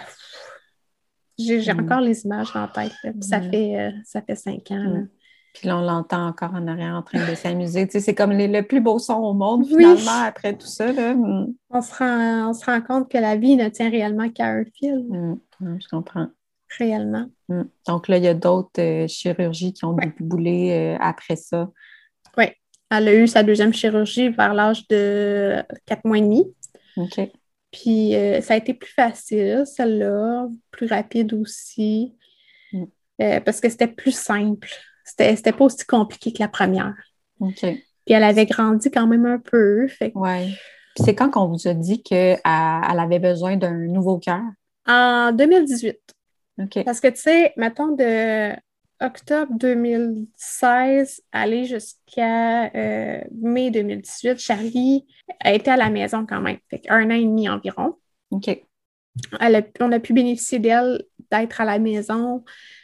j'ai j'ai mm, encore les images dans la tête, là. Puis ça ouais, fait, euh, ça fait cinq ans, là. mm. Puis là, on l'entend encore en arrière en train de s'amuser. Tu sais, c'est comme les- le plus beau son au monde, Oui, finalement, après tout ça. Là. Mm, on se rend, on se rend compte que la vie ne tient réellement qu'à un fil, mm, mm, je comprends. réellement. Mm. Donc là, il y a d'autres euh, chirurgies qui ont Oui, déboulé euh, après ça. oui. Elle a eu sa deuxième chirurgie vers l'âge de quatre mois et demi. OK. Puis euh, ça a été plus facile, celle-là, plus rapide aussi, Mm, euh, parce que c'était plus simple. C'était, c'était pas aussi compliqué que la première. OK. Puis elle avait grandi quand même un peu. Fait que Ouais. Puis c'est quand qu'on vous a dit qu'elle elle avait besoin d'un nouveau cœur? en deux mille dix-huit, OK. parce que tu sais, mettons de octobre deux mille seize aller jusqu'à euh, mai deux mille dix-huit, Charlie a été à la maison quand même. Fait qu'un an et demi environ. OK. Elle a- on a pu bénéficier d'elle, d'être à la maison.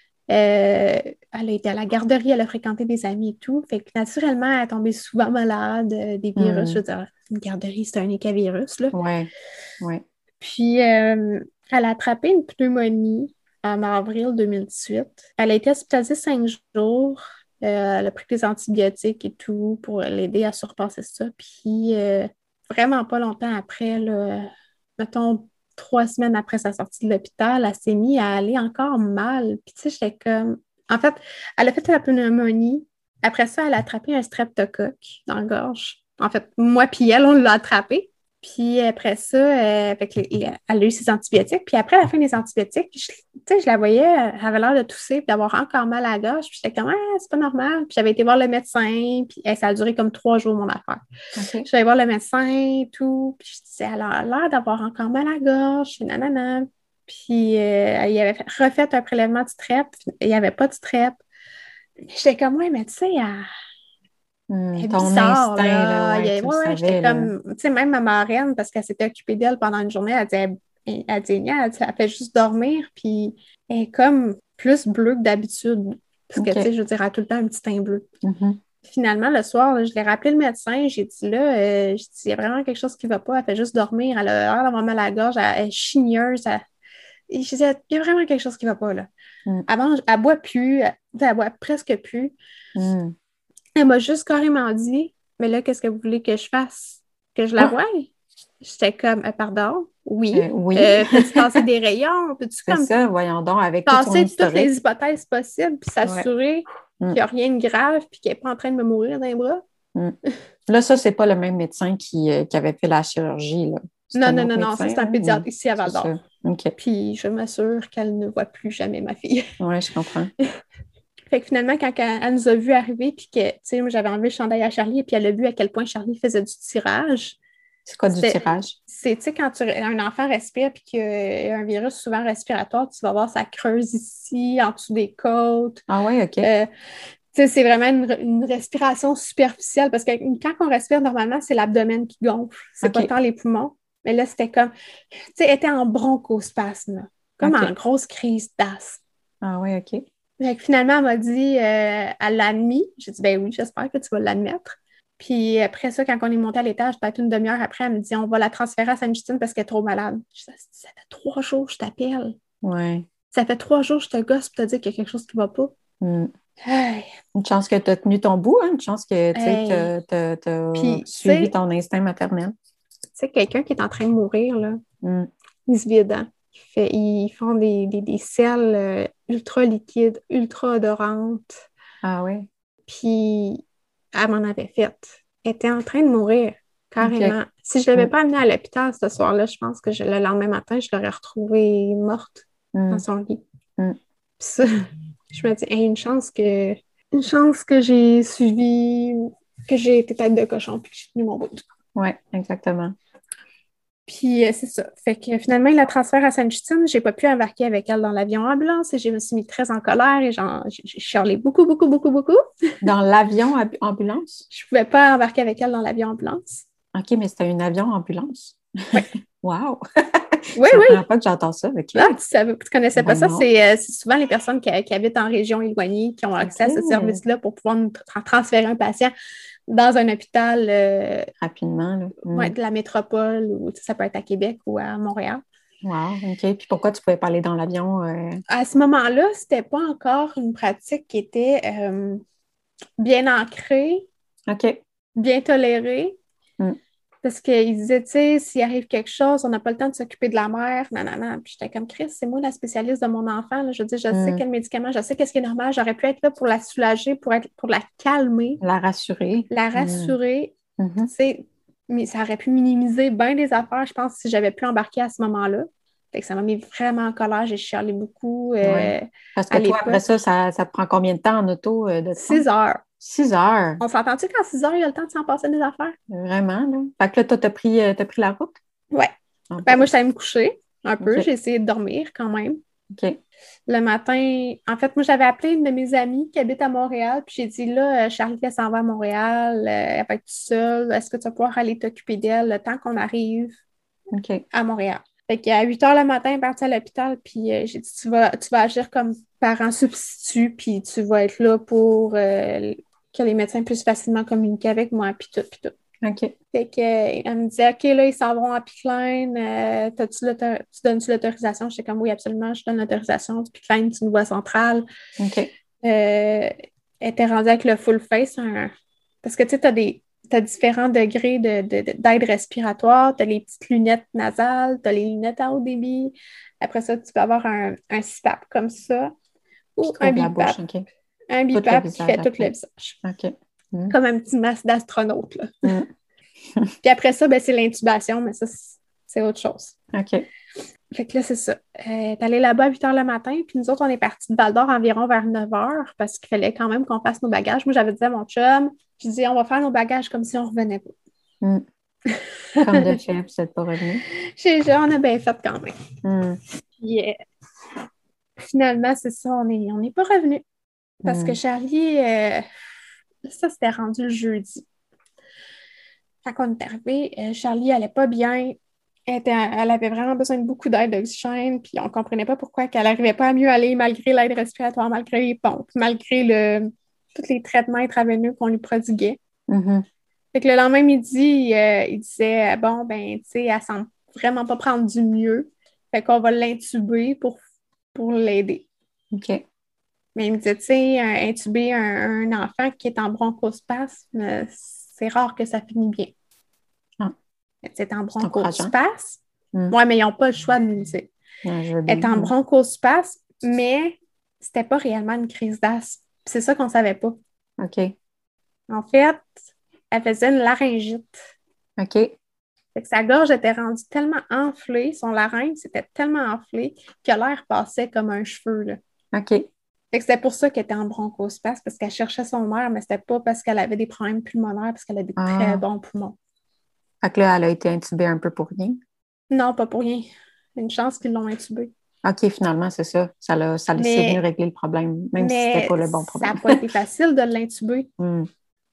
Euh, elle a été à la garderie, elle a fréquenté des amis et tout. Fait que naturellement, elle est tombée souvent malade, euh, des virus. Mm, Je veux dire, une garderie, c'est un écavirus, là. ouais. Ouais. Puis, euh, elle a attrapé une pneumonie en avril deux mille dix-huit. Elle a été hospitalisée cinq jours. Euh, elle a pris des antibiotiques et tout pour l'aider à surpasser ça. Puis, euh, vraiment pas longtemps après, là, mettons trois semaines après sa sortie de l'hôpital, elle s'est mise à aller encore mal. Puis, tu sais, j'étais comme. En fait, elle a fait la pneumonie. Après ça, elle a attrapé un streptocoque dans la gorge. En fait, moi puis elle, on l'a attrapé. Puis après ça, euh, fait que les- elle a eu ses antibiotiques. Puis après la fin des antibiotiques, je, tu sais, je la voyais, elle avait l'air de tousser et d'avoir encore mal à la gorge. Puis j'étais comme, ah, c'est pas normal. Puis j'avais été voir le médecin. Puis eh, ça a duré comme trois jours, mon affaire. OK. Je suis allée voir le médecin et tout. Puis je disais, elle a l'air d'avoir encore mal à la gorge. Puis nanana. Puis euh, il avait fait- refait un prélèvement de strep. Il n'y avait pas de strep. J'étais comme, ouais, mais tu sais, elle Mm, elle est ton bizarre, instinct, là, là. Il y ouais, a- tu le ouais, ouais, j'étais savais, là. comme, tu sais, même ma marraine, parce qu'elle s'était occupée d'elle pendant une journée, elle disait, elle, elle dit, Nia, elle, dit, elle fait juste dormir, puis elle est comme plus bleue que d'habitude. Parce que, tu sais, OK. je veux dire, elle a tout le temps un petit teint bleu. Mhm. Finalement, le soir, là, je l'ai rappelé le médecin, j'ai dit, là, euh, j'ai dit, il y a vraiment quelque chose qui ne va pas, elle fait juste dormir, elle a l'air d'avoir mal à la gorge, elle, elle est chigneuse. Elle... Et je disais, il y a vraiment quelque chose qui ne va pas, là. Mm, Elle mange, elle boit plus, elle, elle boit presque plus. mm. Elle m'a juste carrément dit, mais là, qu'est-ce que vous voulez que je fasse? Que je la Ah, voie? J'étais comme, Euh, pardon? Oui. euh, oui, Euh, peux-tu tasser des rayons? Peux-tu c'est comme ça, voyons donc, avec tout son tasser toutes les historique. hypothèses possibles puis Ouais. s'assurer Mm, qu'il n'y a rien de grave puis qu'elle n'est pas en train de me mourir dans les bras? mm. Là, ça, c'est pas le même médecin qui, euh, qui avait fait la chirurgie, là. C'est Non, un non, autre non, non, ça médecin, c'est un là? pédiatre Mm, ici à c'est Val-d'Or. ça. OK. Puis je m'assure qu'elle ne voit plus jamais ma fille. Ouais, je comprends. Fait que finalement, quand elle, elle nous a vu arriver, puis que, tu sais, moi, j'avais enlevé le chandail à Charlie, et puis elle a vu à quel point Charlie faisait du tirage. C'est quoi du C'était- tirage? C'est, tu sais, quand tu- un enfant respire, puis qu'il y a un virus souvent respiratoire, tu vas voir, ça creuse ici, en dessous des côtes. Ah ouais, OK. Euh, tu sais, c'est vraiment une, une respiration superficielle, parce que quand on respire, normalement, c'est l'abdomen qui gonfle. C'est OK. pas tant les poumons. Mais là, c'était comme, tu sais, elle était en bronchospasme, là, comme OK. en grosse crise d'asthme. Ah ouais, OK. Fait que finalement, elle m'a dit, euh, elle l'a admis. J'ai dit, ben oui, j'espère que tu vas l'admettre. Puis après ça, quand on est monté à l'étage, peut-être une demi-heure après, elle me dit, on va la transférer à Sainte-Justine parce qu'elle est trop malade. Je dis, ça fait trois jours que je t'appelle. Ouais. Ça fait trois jours que je te gosse pour te dire qu'il y a quelque chose qui ne va pas. Mm. Hey. Une chance que tu as tenu ton bout, hein? Une chance que tu Hey. as suivi ton instinct maternel. Tu sais, quelqu'un qui est en train de mourir, là, mm. il se vide, hein? Fait, ils font des, des, des selles euh, ultra liquides, ultra odorantes. Ah oui? Puis, elle m'en avait fait. Elle était en train de mourir, carrément. Okay. Si je ne l'avais mm. pas amenée à l'hôpital ce soir-là, je pense que je, le lendemain matin, je l'aurais retrouvée morte mm. dans son lit. Mm. Puis ça, je me dis, hey, une chance que une chance que j'ai suivi, que j'ai été tête de cochon puis que j'ai tenu mon bout. Oui, exactement. Puis euh, c'est ça. Fait que finalement, il la transfère à Sainte-Justine. J'ai pas pu embarquer avec elle dans l'avion ambulance et je me suis mis très en colère et genre, j'ai chialé beaucoup, beaucoup, beaucoup, beaucoup. Dans l'avion ambulance? Je pouvais pas embarquer avec elle dans l'avion ambulance. OK, mais c'était un avion ambulance. Oui. Wow! Oui, c'est oui. la première fois que j'entends ça. Okay. Ah, tu ne connaissais pas ben ça? C'est, euh, c'est souvent les personnes qui, qui habitent en région éloignée qui ont accès okay. à ce service-là pour pouvoir nous tra- transférer un patient dans un hôpital euh, rapidement. Là. Mm. Ouais, de la métropole, ou ça peut être à Québec ou à Montréal. Wow, OK. Puis pourquoi tu pouvais pas aller dans l'avion? Euh... À ce moment-là, c'était pas encore une pratique qui était euh, bien ancrée, OK. bien tolérée. Mm. Parce qu'ils disaient, tu sais, s'il arrive quelque chose, on n'a pas le temps de s'occuper de la mère, nanana. Puis j'étais comme, Chris, c'est moi la spécialiste de mon enfant. Là. Je dis, je mm. sais quel médicament, je sais qu'est-ce qui est normal. J'aurais pu être là pour la soulager, pour, être, pour la calmer. La rassurer. La rassurer. Mm. Mm-hmm. Tu sais, mais ça aurait pu minimiser bien des affaires, je pense, si j'avais pu embarquer à ce moment-là. Fait que ça m'a mis vraiment en colère. J'ai chialé beaucoup. Euh, ouais. Parce que toi, après ça, ça, ça te prend combien de temps en auto euh, de Six heures. Six heures. On s'entend-tu qu'en six heures, il y a le temps de s'en passer des affaires? Vraiment, là. Fait que là, toi, t'as pris, euh, t'as pris la route? Ouais. Ah, ben, moi, je suis allée me coucher un peu. Okay. J'ai essayé de dormir quand même. OK. Le matin, en fait, moi, j'avais appelé une de mes amies qui habite à Montréal, puis j'ai dit, là, Charlie, elle s'en va à Montréal, elle va être toute seule. Est-ce que tu vas pouvoir aller t'occuper d'elle le temps qu'on arrive okay. à Montréal? Fait qu'à huit heures le matin, elle est partie à l'hôpital, puis euh, j'ai dit, tu vas, tu vas agir comme parent substitut, puis tu vas être là pour euh, que les médecins puissent facilement communiquer avec moi, puis tout, puis tout. OK. Fait qu'elle euh, me disait, OK, là, ils s'en vont à Pickline, euh, tu donnes-tu l'autorisation? J'étais comme, oui, absolument, je donne l'autorisation. Pickline, c'est une voie centrale. OK. Euh, elle était rendue avec le full face, un... parce que tu sais, tu as des... Tu as différents degrés de, de, de, d'aide respiratoire. Tu as les petites lunettes nasales, tu as les lunettes à haut débit. Après ça, tu peux avoir un, un C PAP comme ça ou un B PAP. Okay. Un B PAP qui fait tout le visage. Okay. Mm. Comme un petit masque d'astronaute. Là. Mm. Puis après ça, ben, c'est l'intubation, mais ça, c'est autre chose. OK. Fait que là, c'est ça. Euh, t'es allé là-bas à huit heures le matin, puis nous autres, on est partis de Val-d'Or environ vers neuf heures parce qu'il fallait quand même qu'on fasse nos bagages. Moi, j'avais dit à mon chum, je dis, on va faire nos bagages comme si on revenait pas. Mm. Comme de fait, vous n'êtes pas revenu. Chez eux, on a bien fait quand même. Mm. Puis euh, finalement, c'est ça, on n'est on est pas revenu. Parce mm. que Charlie, euh, ça, c'était rendu le jeudi. Quand on est arrivé, euh, Charlie n'allait pas bien. Elle, était, elle avait vraiment besoin de beaucoup d'aide d'oxygène, puis on ne comprenait pas pourquoi elle n'arrivait pas à mieux aller malgré l'aide respiratoire, malgré les pompes, malgré le, tous les traitements intraveineux qu'on lui prodiguait. Mm-hmm. Fait que le lendemain midi, euh, il disait, bon, ben, tu sais, elle ne semble vraiment pas prendre du mieux. Fait qu'on va l'intuber pour, pour l'aider. OK. Mais il me disait, tu sais, intuber un, un enfant qui est en bronchospasme, c'est rare que ça finisse bien. Ah. C'est en bronchospasme. Mm. Oui, mais ils n'ont pas le choix de nous le dire. Ouais, Elle est en bronchospasme, mais c'était pas réellement une crise d'asthme. C'est ça qu'on ne savait pas. OK. En fait, elle faisait une laryngite. OK. Fait que sa gorge était rendue tellement enflée, son larynx était tellement enflé que l'air passait comme un cheveu. Là. OK. Fait que c'était pour ça qu'elle était en bronchospasme, parce qu'elle cherchait son air, mais c'était pas parce qu'elle avait des problèmes pulmonaires, parce qu'elle a des ah. très bons poumons. Fait que là, elle a été intubée un peu pour rien? Non, pas pour rien. Une chance qu'ils l'ont intubée. OK, finalement, c'est ça. Ça l'a, ça l'a venu régler le problème, même si c'était pas le bon problème. Ça n'a pas été facile de l'intuber. Mm.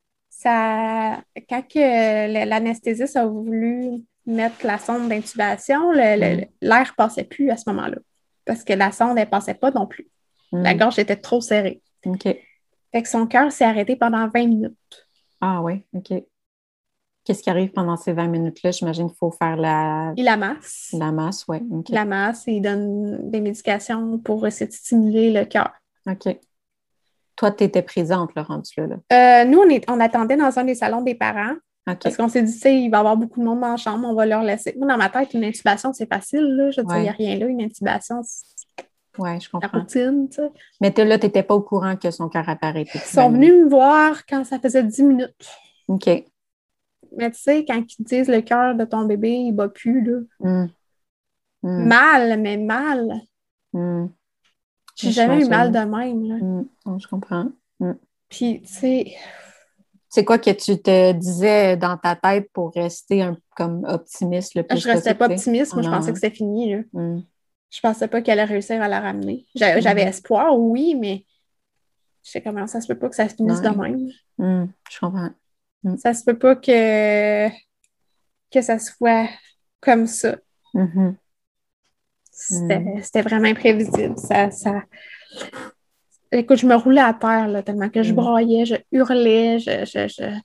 Ça, quand que l'anesthésiste a voulu mettre la sonde d'intubation, le, mm. le, l'air ne passait plus à ce moment-là. Parce que la sonde, elle ne passait pas non plus. Mm. La gorge était trop serrée. OK. Fait que son cœur s'est arrêté pendant vingt minutes. Ah oui, OK. Qu'est-ce qui arrive pendant ces vingt minutes-là? J'imagine qu'il faut faire la, Il amasse. la masse, oui. OK. Il amasse et il donne des médications pour essayer de stimuler le cœur. OK. Toi, tu étais présente, là, rendu là. là. Euh, nous, on, est, on attendait dans un des salons des parents. OK. Parce qu'on s'est dit, tu sais, il va y avoir beaucoup de monde dans la chambre, on va leur laisser. Moi, dans ma tête, une intubation, c'est facile, là. Je veux dire, il Ouais. n'y a rien là. Une intubation, c'est Oui, je la comprends. routine, tu sais. Mais t'es- là, tu n'étais pas au courant que son cœur avait arrêté. Ils sont venus me voir quand ça faisait dix minutes. OK. Mais tu sais, quand ils disent le cœur de ton bébé, il bat plus, là. Mm. Mm. Mal, mais mal. Mm. J'ai jamais eu mal J'imagine. de même, là. Mm. Oh, je comprends. Mm. Puis, tu sais, C'est quoi que tu te disais dans ta tête pour rester un, comme optimiste le plus je restais possible, pas tu sais? optimiste. Moi, Oh je non, pensais hein? que c'était fini, là. Mm. Je pensais pas qu'elle allait réussir à la ramener. J'a- J'avais Mm. espoir, oui, mais je sais comment ça se peut pas que ça se finisse de Ouais. même. Mm. Je comprends. Ça se peut pas que, que ça soit comme ça. Mhm. C'était c'était vraiment imprévisible. Ça, ça... Écoute, je me roulais à terre là, tellement que je Mm. braillais, je hurlais, je, je, je-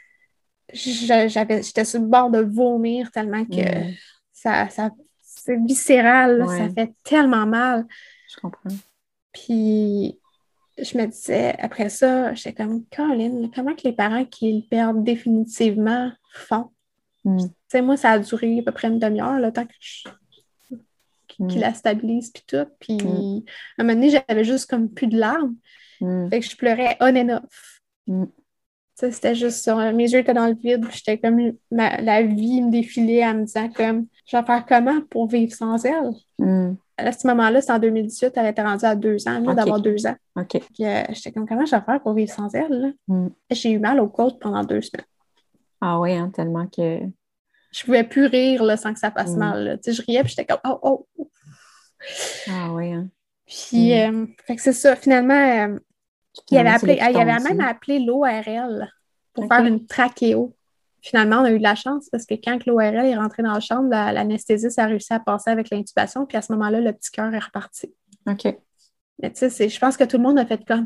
je- j'avais, j'étais sur le bord de vomir tellement que Mm. ça, ça, c'est viscéral, là, ça Ouais. fait tellement mal. Je comprends. Puis je me disais, après ça, j'étais comme, Colin, comment que les parents qui le perdent définitivement font? Mm. Tu sais, moi, ça a duré à peu près une demi-heure, le temps que je- qu'il Mm. la stabilise, puis tout. Puis, Mm. à un moment donné, j'avais juste comme plus de larmes. Mm. Fait que je pleurais on and off. Mm. Tu sais, c'était juste ça. Mes yeux étaient dans le vide. Puis j'étais comme, ma- la vie me défilait en me disant comme, je vais faire comment pour vivre sans elle? Mm. À ce moment-là, c'est en deux mille dix-huit, elle était rendue à deux ans, elle venait OK. d'avoir deux ans. OK. Puis euh, j'étais comme, comment je vais faire pour vivre sans elle, là? Mm. J'ai eu mal aux côtes pendant deux semaines. Ah oui, hein, tellement que... Je pouvais plus rire là, sans que ça fasse Mm. mal, là. Tu sais, je riais, puis j'étais comme, oh, oh. Ah oui, hein. Puis, Mm. euh, fait que c'est ça. Finalement, euh, il avait Finalement, c'est appelé, là qu'ils il avait t'ont même dit. appelé l'O R L pour OK. faire une trachéo. Finalement, on a eu de la chance parce que quand l'O R L est rentré dans la chambre, la- l'anesthésiste a réussi à passer avec l'intubation, puis à ce moment-là, le petit cœur est reparti. OK. Mais tu sais, c'est- je pense que tout le monde a fait comme.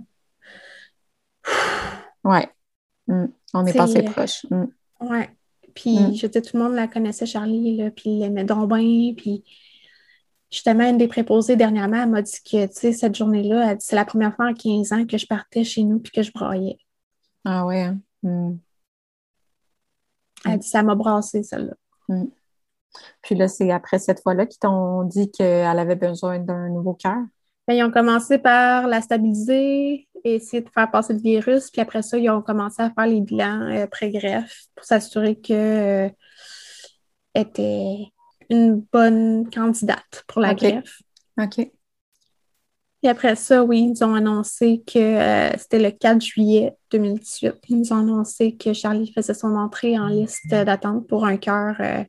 Ouais. Mm. On est C'est- passé proche. Mm. Ouais. Puis, Mm. je veux dire, tout le monde la connaissait, Charlie, là, puis il l'aimait donc bien, puis justement, une des préposées dernièrement, elle m'a dit que, tu sais, cette journée-là, elle dit, c'est la première fois en quinze ans que je partais chez nous puis que je braillais. Ah ouais, hein. Mm. Elle Mm. dit, ça m'a brassé, celle-là. Mm. Puis là, c'est après cette fois-là qu'ils t'ont dit qu'elle avait besoin d'un nouveau cœur. Ben, ils ont commencé par la stabiliser et essayer de faire passer le virus, puis après ça, ils ont commencé à faire les bilans euh, pré-greffe pour s'assurer qu'elle était une bonne candidate pour la OK. greffe. OK. Et après ça, oui, ils ont annoncé que euh, c'était le quatre juillet deux mille dix-huit. Ils nous ont annoncé que Charlie faisait son entrée en liste d'attente pour un cœur, euh,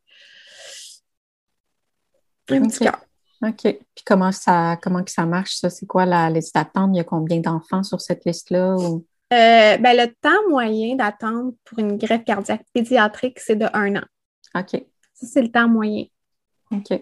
un petit OK. cœur. OK. Puis comment ça, comment que ça marche, ça? C'est quoi la liste d'attente? Il y a combien d'enfants sur cette liste-là? Ou... Euh, ben, le temps moyen d'attente pour une greffe cardiaque pédiatrique, c'est de un an. OK. Ça, c'est le temps moyen. OK.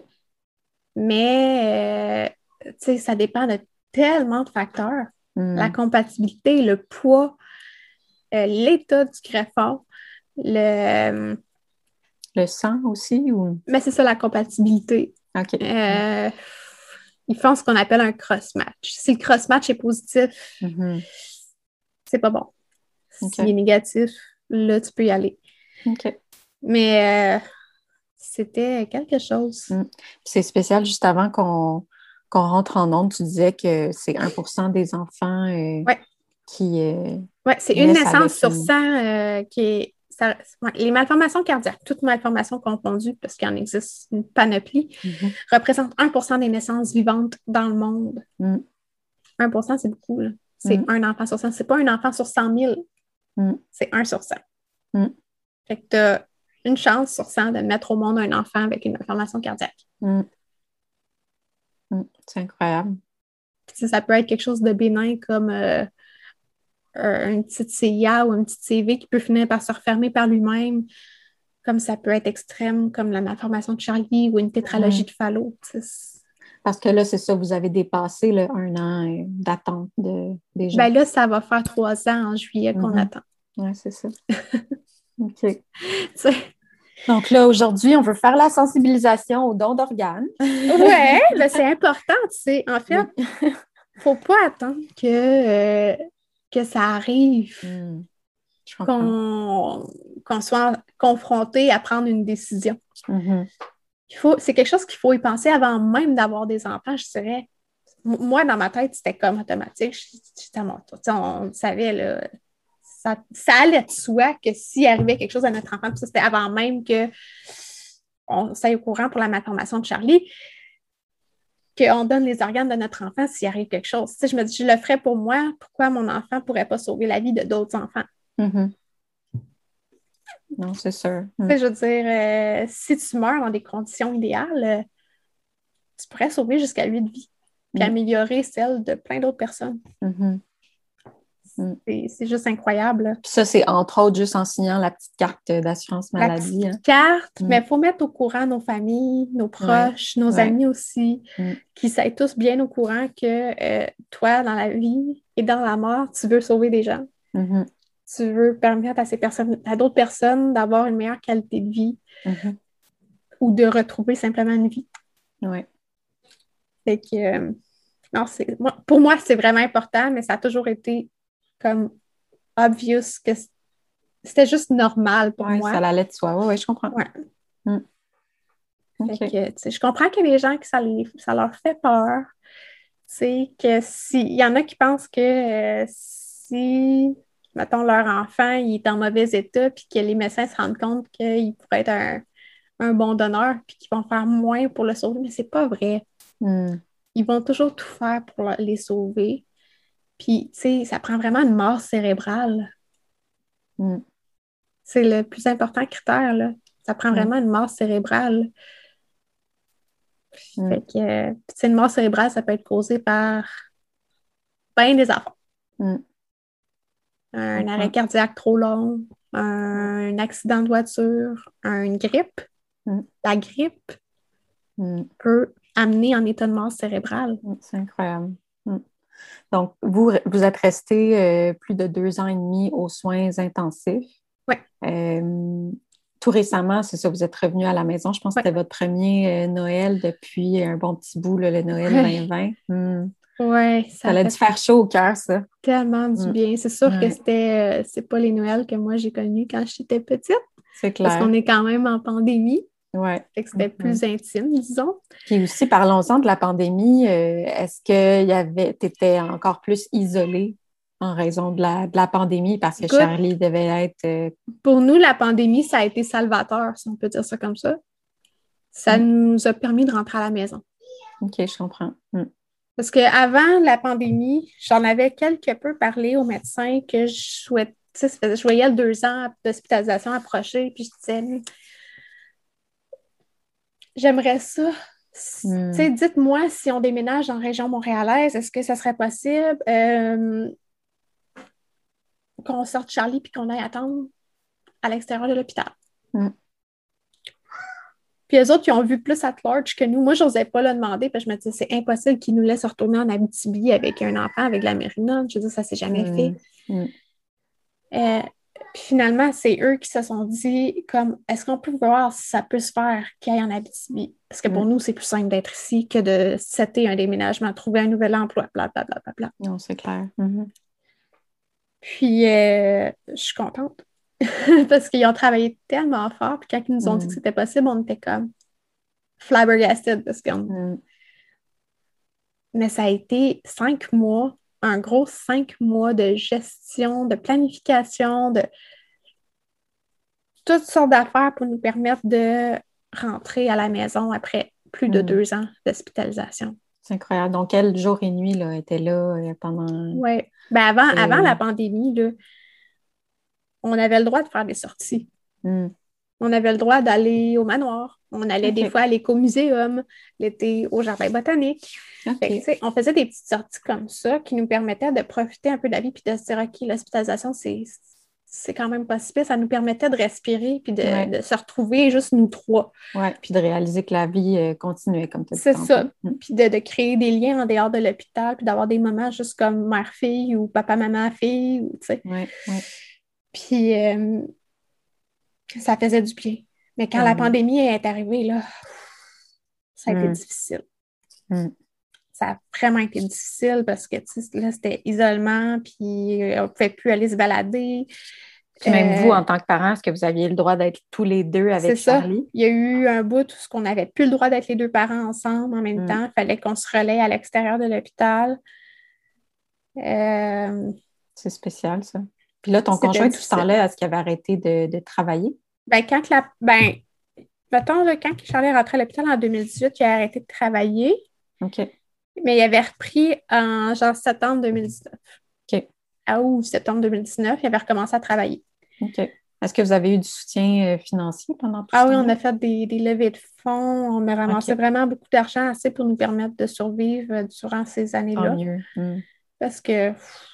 Mais, euh, tu sais, ça dépend de tellement de facteurs. Mm. La compatibilité, le poids, euh, l'état du greffon, le... Le sang aussi? Ou... Mais c'est ça, la compatibilité. OK. Euh, ils font ce qu'on appelle un cross-match. Si le cross-match est positif, Mhm. c'est pas bon. OK. S'il est négatif, là, tu peux y aller. OK. Mais euh, c'était quelque chose. Mm. Puis c'est spécial, juste avant qu'on qu'on rentre en onde, tu disais que c'est un pour cent des enfants euh, Ouais. qui... euh, Oui, c'est une naissent avec naissance sur une- cent euh, qui est. ça- ouais, les malformations cardiaques, toutes malformations confondues, parce qu'il en existe une panoplie, Mhm. représentent un pour cent des naissances vivantes dans le monde. Mm. un pour cent, c'est beaucoup, là. C'est Mm. un enfant sur cent. C'est pas un enfant sur cent mille, Mm. c'est un sur cent. Mm. Fait que tu as une chance sur cent de mettre au monde un enfant avec une malformation cardiaque. Mm. Mm. C'est incroyable. Puis, ça, ça peut être quelque chose de bénin comme euh, euh, une petite C I A ou une petite C V qui peut finir par se refermer par lui-même, comme ça peut être extrême, comme la malformation de Charlie ou une tétralogie Mm. de Fallot. Tu sais. Parce que là, c'est ça, vous avez dépassé le un an euh, d'attente de, déjà. Ben là, ça va faire trois ans en juillet qu'on mm-hmm. attend. Oui, c'est ça. OK. T'sais. Donc là, aujourd'hui, on veut faire la sensibilisation aux dons d'organes. Oui, ben c'est important, tu sais. En fait, il oui. ne faut pas attendre que, euh, que ça arrive, Mm. qu'on, qu'on soit confronté à prendre une décision. Mm-hmm. Il faut, c'est quelque chose qu'il faut y penser avant même d'avoir des enfants, je dirais. Moi, dans ma tête, c'était comme automatique. J'étais à mon tour. On savait, là, ça, ça allait de soi que s'il arrivait quelque chose à notre enfant, puis ça, c'était avant même qu'on soit au courant pour la malformation de Charlie, qu'on donne les organes de notre enfant s'il arrive quelque chose. Tu sais, je me dis, je le ferais pour moi, pourquoi mon enfant ne pourrait pas sauver la vie de d'autres enfants? Mm-hmm. Non, c'est sûr. Tu sais, je veux dire, euh, si tu meurs dans des conditions idéales, euh, tu pourrais sauver jusqu'à huit vies, puis mm. améliorer celles de plein d'autres personnes. Mm-hmm. C'est, c'est juste incroyable. Puis ça, c'est entre autres juste en signant la petite carte d'assurance maladie. La petite hein. carte, Mm. mais il faut mettre au courant nos familles, nos proches, ouais. nos ouais. amis aussi, mm. qui soient tous bien au courant que euh, toi, dans la vie et dans la mort, tu veux sauver des gens. Mm-hmm. Tu veux permettre à ces personnes, à d'autres personnes d'avoir une meilleure qualité de vie mm-hmm. ou de retrouver simplement une vie. Oui. Fait que, euh, non, c'est, moi, pour moi, c'est vraiment important, mais ça a toujours été comme obvious que c'était juste normal pour ouais, moi. Ça allait de soi. Oui, ouais, je comprends. Ouais. Mm. Okay. Fait que, je comprends qu'il y a des gens que ça, les, ça leur fait peur. C'est que si, il y en a qui pensent que euh, si, mettons, leur enfant il est en mauvais état puis que les médecins se rendent compte qu'il pourrait être un, un bon donneur puis qu'ils vont faire moins pour le sauver, mais c'est pas vrai. Mm. Ils vont toujours tout faire pour les sauver. Puis, tu sais, ça prend vraiment une mort cérébrale. Mm. C'est le plus important critère, là. Ça prend mm. vraiment une mort cérébrale. Mm. Fait que, euh, une mort cérébrale, ça peut être causé par bien des affaires. Mm. Un mm. arrêt cardiaque trop long, un, un accident de voiture, une grippe. Mm. La grippe mm. peut amener en état de mort cérébrale. Mm. C'est incroyable. Mm. Donc, vous, vous êtes resté euh, plus de deux ans et demi aux soins intensifs. Oui. Euh, tout récemment, c'est ça, vous êtes revenu à la maison. Je pense que ouais. c'était votre premier euh, Noël depuis un bon petit bout, là, le Noël ouais. vingt vingt. Mm. Oui, ça, ça a dû faire chaud au cœur, ça. Tellement du mm. bien. C'est sûr ouais. que c'était, euh, c'est pas les Noëls que moi j'ai connus quand j'étais petite. C'est clair. Parce qu'on est quand même en pandémie. Ouais. Fait que c'était mm-hmm. plus intime, disons. Puis aussi, parlons-en de la pandémie. Euh, est-ce qu'il y avait, tu étais encore plus isolée en raison de la, de la pandémie parce que Écoute, Charlie devait être... Euh... Pour nous, la pandémie, ça a été salvateur, si on peut dire ça comme ça. Ça mm. nous a permis de rentrer à la maison. OK, je comprends. Mm. Parce qu'avant la pandémie, j'en avais quelque peu parlé aux médecins que je souhaitais. Je voyais le deux ans d'hospitalisation approcher, puis je disais, j'aimerais ça. Mm. T'sais, dites-moi si on déménage en région montréalaise, est-ce que ça serait possible euh, qu'on sorte Charlie puis qu'on aille attendre à l'extérieur de l'hôpital? Mm. Puis eux autres, ils ont vu plus at large que nous. Moi, je n'osais pas le demander, parce que je me disais, c'est impossible qu'ils nous laissent retourner en Abitibi avec un enfant, avec de la mérinone. Je veux dire, ça ne s'est jamais mm. fait. Mm. Euh, puis finalement, c'est eux qui se sont dit, comme, est-ce qu'on peut voir si ça peut se faire qu'il y ait en Abitibi? Parce que pour mm. nous, c'est plus simple d'être ici que de setter un déménagement, trouver un nouvel emploi, blablabla. Bla, bla, bla. Non, c'est clair. Mm-hmm. Puis, euh, je suis contente. Parce qu'ils ont travaillé tellement fort, puis quand ils nous ont mm. dit que c'était possible, on était comme flabbergasted. Parce qu'on... mm. Mais ça a été cinq mois, un gros cinq mois de gestion, de planification, de toutes sortes d'affaires pour nous permettre de rentrer à la maison après plus de mm. deux ans d'hospitalisation. C'est incroyable. Donc, quel jour et nuit là, était là pendant... Oui. Ben avant, et... avant la pandémie, là, on avait le droit de faire des sorties. Mm. On avait le droit d'aller au manoir. On allait okay. des fois à l'écomuséum, l'été au jardin botanique. Okay. Fait que, on faisait des petites sorties comme ça qui nous permettaient de profiter un peu de la vie puis de se dire, OK, l'hospitalisation, c'est, c'est quand même pas si pire. Ça nous permettait de respirer puis de, ouais. de se retrouver juste nous trois. Oui, puis de réaliser que la vie euh, continuait, comme tu as dit C'est tantôt. ça. Mm. Puis de, de créer des liens en dehors de l'hôpital, puis d'avoir des moments juste comme mère-fille ou papa-maman-fille, ou tu sais. Oui, oui. Puis euh, ça faisait du bien. Mais quand Ah, la oui. pandémie est arrivée, là, ça a été Mm. difficile. Mm. Ça a vraiment été difficile parce que, tu sais, là, c'était isolement, puis on ne pouvait plus aller se balader. Puis même Euh, vous, en tant que parents, est-ce que vous aviez le droit d'être tous les deux avec c'est ça. Charlie? Il y a eu un bout où on n'avait plus le droit d'être les deux parents ensemble en même Mm. temps. Il fallait qu'on se relaie à l'extérieur de l'hôpital. Euh, C'est spécial, ça. Puis là, ton C'était conjoint, tout ce difficile. temps-là, est-ce qu'il avait arrêté de, de travailler? Ben, quand que la. Ben, mettons, là, quand Charlie est rentré à l'hôpital en deux mille dix-huit, il a arrêté de travailler, OK. mais il avait repris en genre septembre deux mille dix-neuf. OK. À août, septembre deux mille dix-neuf, il avait recommencé à travailler. OK. Est-ce que vous avez eu du soutien euh, financier pendant tout Ah ce oui, temps-là? on a fait des, des levées de fonds, on a ramassé OK. vraiment beaucoup d'argent, assez pour nous permettre de survivre euh, durant ces Tant années-là. mieux. Mm. Parce que pff,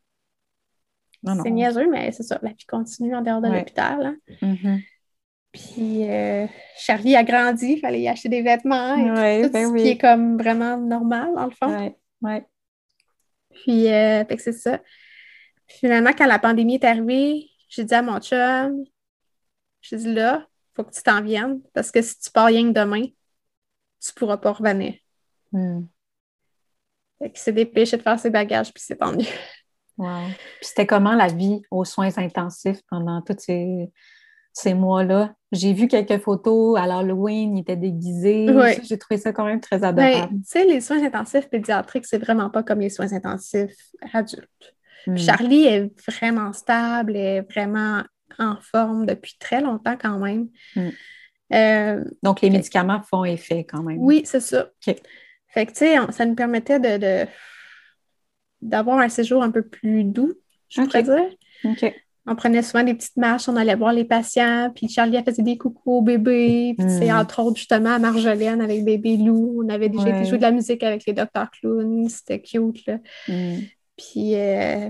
Non, c'est non. niaiseux, mais c'est ça, la vie continue en dehors de Ouais. l'hôpital. Hein. Mhm. Puis euh, Charlie a grandi, il fallait y acheter des vêtements et Ouais, tout, tout ben ce oui. qui est comme vraiment normal, dans le fond. Ouais, ouais. Puis, euh, fait que c'est ça. Puis finalement, quand la pandémie est arrivée, j'ai dit à mon chum, j'ai dit là, faut que tu t'en viennes parce que si tu pars rien que demain, tu pourras pas revenir. Mm. Fait qu'il s'est dépêché de faire ses bagages, puis c'est tant mieux. Wow. Puis c'était comment la vie aux soins intensifs pendant tous ces, ces mois-là? J'ai vu quelques photos à l'Halloween, il était déguisé. Oui. J'ai trouvé ça quand même très Ben, adorable. tu sais, les soins intensifs pédiatriques, c'est vraiment pas comme les soins intensifs adultes. Mm. Puis Charlie est vraiment stable, est vraiment en forme depuis très longtemps quand même. Mm. Euh, Donc, les fait- médicaments font effet quand même. oui, c'est ça. OK. Fait que, tu sais, on- ça nous permettait de, de- d'avoir un séjour un peu plus doux, je OK. pourrais dire. OK. On prenait souvent des petites marches, on allait voir les patients, puis Charlie elle faisait des coucous au bébé, puis tu sais, Mm. entre autres, justement, à Marjolaine avec bébé Lou, on avait déjà été Ouais. jouer de la musique avec les docteurs clowns, c'était cute, là. Mm. Puis euh,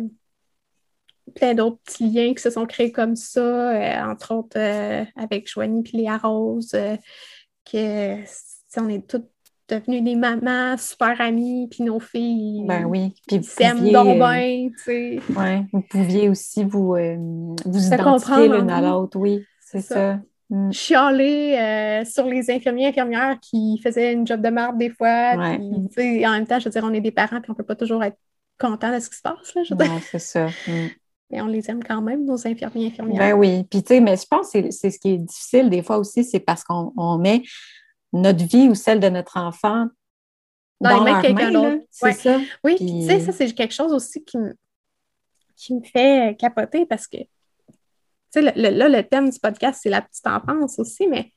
plein d'autres petits liens qui se sont créés comme ça, euh, entre autres euh, avec Joanie puis Léa Rose, euh, que tu sais, on est toutes devenues des mamans super amies, puis nos filles Ben oui. Puis ils vous s'aiment pouviez, donc euh, bien, tu sais. ouais, vous pouviez aussi vous, euh, vous Se identifier comprendre l'une à entre nous. l'autre. Oui, c'est C'est ça. Mm. Chialer euh, sur les infirmiers infirmières qui faisaient une job de merde des fois. Ouais. Puis, tu sais, en même temps, je veux dire, on est des parents puis on peut pas toujours être content de ce qui se passe. Là, je veux dire. Non, c'est ça. Mm. Mais on les aime quand même, nos infirmiers infirmières. Ben oui. Puis, tu sais, mais je pense que c'est, c'est ce qui est difficile des fois aussi, c'est parce qu'on on met notre vie ou celle de notre enfant Dans dans, les mains de leurs quelqu'un mains, là. d'autre. C'est Ouais. ça. Oui, Puis- puis tu sais, ça, c'est quelque chose aussi qui me, qui me fait capoter parce que, tu sais, le, le- là, le thème du podcast, c'est la petite enfance aussi, mais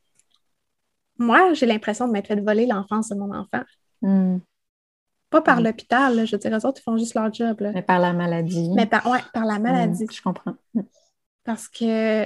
moi, j'ai l'impression de m'être fait voler l'enfance de mon enfant. Mm. Pas par Mm. l'hôpital, là, je veux dire, eux autres, ils font juste leur job, là. Mais par la maladie. Mais par, ouais, par la maladie. Mm, je comprends. Mm. Parce que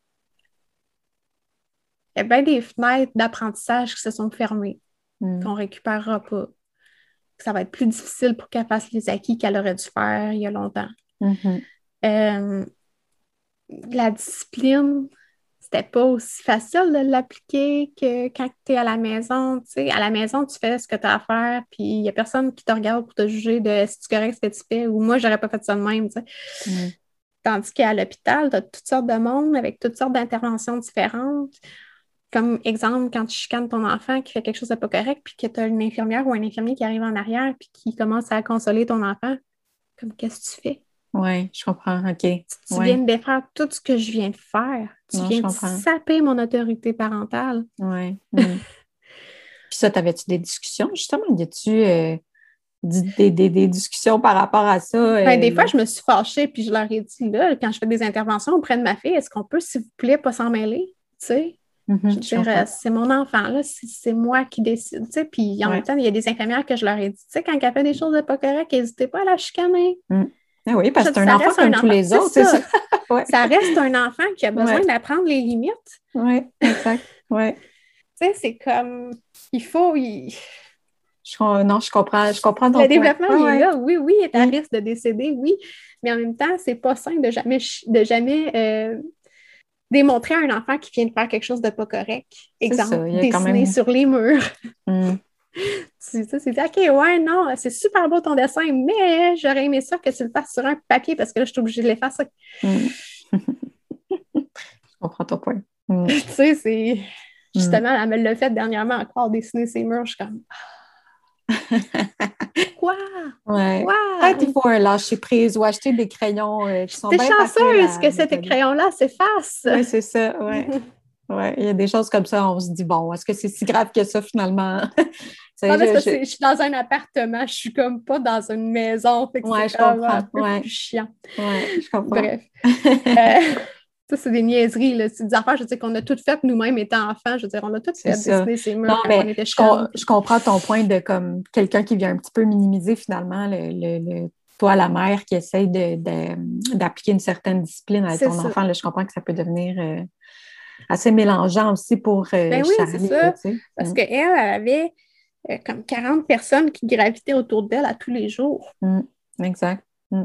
il y a bien des fenêtres d'apprentissage qui se sont fermées, Mm. qu'on ne récupérera pas. Que ça va être plus difficile pour qu'elle fasse les acquis qu'elle aurait dû faire il y a longtemps. Mhm. Euh, la discipline, c'était pas aussi facile de l'appliquer que quand tu es à la maison. Tu sais, à la maison, tu fais ce que tu as à faire, puis il n'y a personne qui te regarde pour te juger de si tu correct ce que tu fais, ou moi, j'aurais pas fait ça de même. Tu sais. Mm. Tandis qu'à l'hôpital, tu as toutes sortes de monde avec toutes sortes d'interventions différentes. Comme exemple, quand tu chicanes ton enfant qui fait quelque chose de pas correct, puis que tu as une infirmière ou un infirmier qui arrive en arrière puis qui commence à consoler ton enfant, comme qu'est-ce que tu fais? Oui, je comprends. OK. Tu Ouais. viens de défaire tout ce que je viens de faire. Tu Non, viens je de comprends. saper mon autorité parentale. Ouais. Mm. Puis ça, t'avais-tu des discussions, justement? Y a-tu euh, di- des, des, des discussions par rapport à ça? euh, Ben, des fois, je me suis fâchée puis je leur ai dit, là, quand je fais des interventions auprès de ma fille, est-ce qu'on peut, s'il vous plaît, pas s'en mêler? Tu sais? mhm, Je veux je dire, comprends. euh, c'est mon enfant, là, c'est c'est moi qui décide. Tu sais, puis en Ouais. même temps, il y a des infirmières que je leur ai dit, tu sais, quand elle fait des choses de pas correctes, n'hésitez pas à la chicaner. Ah oui, parce que c'est Ça un reste enfant comme un tous enfant. les C'est autres, c'est ça. ça? Ouais. Ça reste un enfant qui a besoin Ouais. d'apprendre les limites. Oui, exact. Ouais. Tu sais, c'est comme, il faut, il- Je Je, non, je comprends, je comprends ton Le point. développement, Ouais, il ouais. est là. Oui, oui, il est à Mm. risque de décéder, oui. Mais en même temps, c'est pas sain de jamais, de jamais euh, démontrer à un enfant qui vient de faire quelque chose de pas correct. C'est Exemple, ça, il y a quand dessiner même... sur les murs. Mm. Tu sais, c'est dit, OK, ouais, non, c'est super beau ton dessin, mais j'aurais aimé ça que tu le fasses sur un papier parce que là, je suis obligée de l'effacer. Mm. Je comprends ton point. Mm. Tu sais, c'est... Mm. Justement, elle me l'a fait dernièrement encore, dessiner ses murs. Je suis comme... Quoi? Ouais. Quoi? Peut-être il faut un lâcher prise ou acheter des crayons euh, qui sont T'es bien faciles chanceuse à que cet nettoyer. crayon-là s'efface. Oui, c'est ça, ouais. Ouais. Il y a des choses comme ça, on se dit, bon, est-ce que c'est si grave que ça finalement? Non, mais je, c'est parce je... que je suis dans un appartement, je suis comme pas dans une maison, fait que Ouais, c'est je comme comprends. un peu Ouais. plus chiant. Ouais, je comprends. Bref. Euh, ça, c'est des niaiseries, là. C'est des affaires, je veux dire, qu'on a toutes faites nous-mêmes étant enfants. Je veux dire, on a toutes C'est fait ça. dessiner ces Non, murs quand mais on était je, com- jeunes. je comprends ton point de comme quelqu'un qui vient un petit peu minimiser finalement le, le, le- toi, la mère qui essaye de, de- d'appliquer une certaine discipline avec C'est ton ça. enfant. Là, je comprends que ça peut devenir euh, assez mélangeant aussi pour euh, Ben oui, c'est Charlie. Là, ça. tu sais. Parce Mm. qu'elle, elle avait euh, comme quarante personnes qui gravitaient autour d'elle à tous les jours. Mm. Exact. Mm.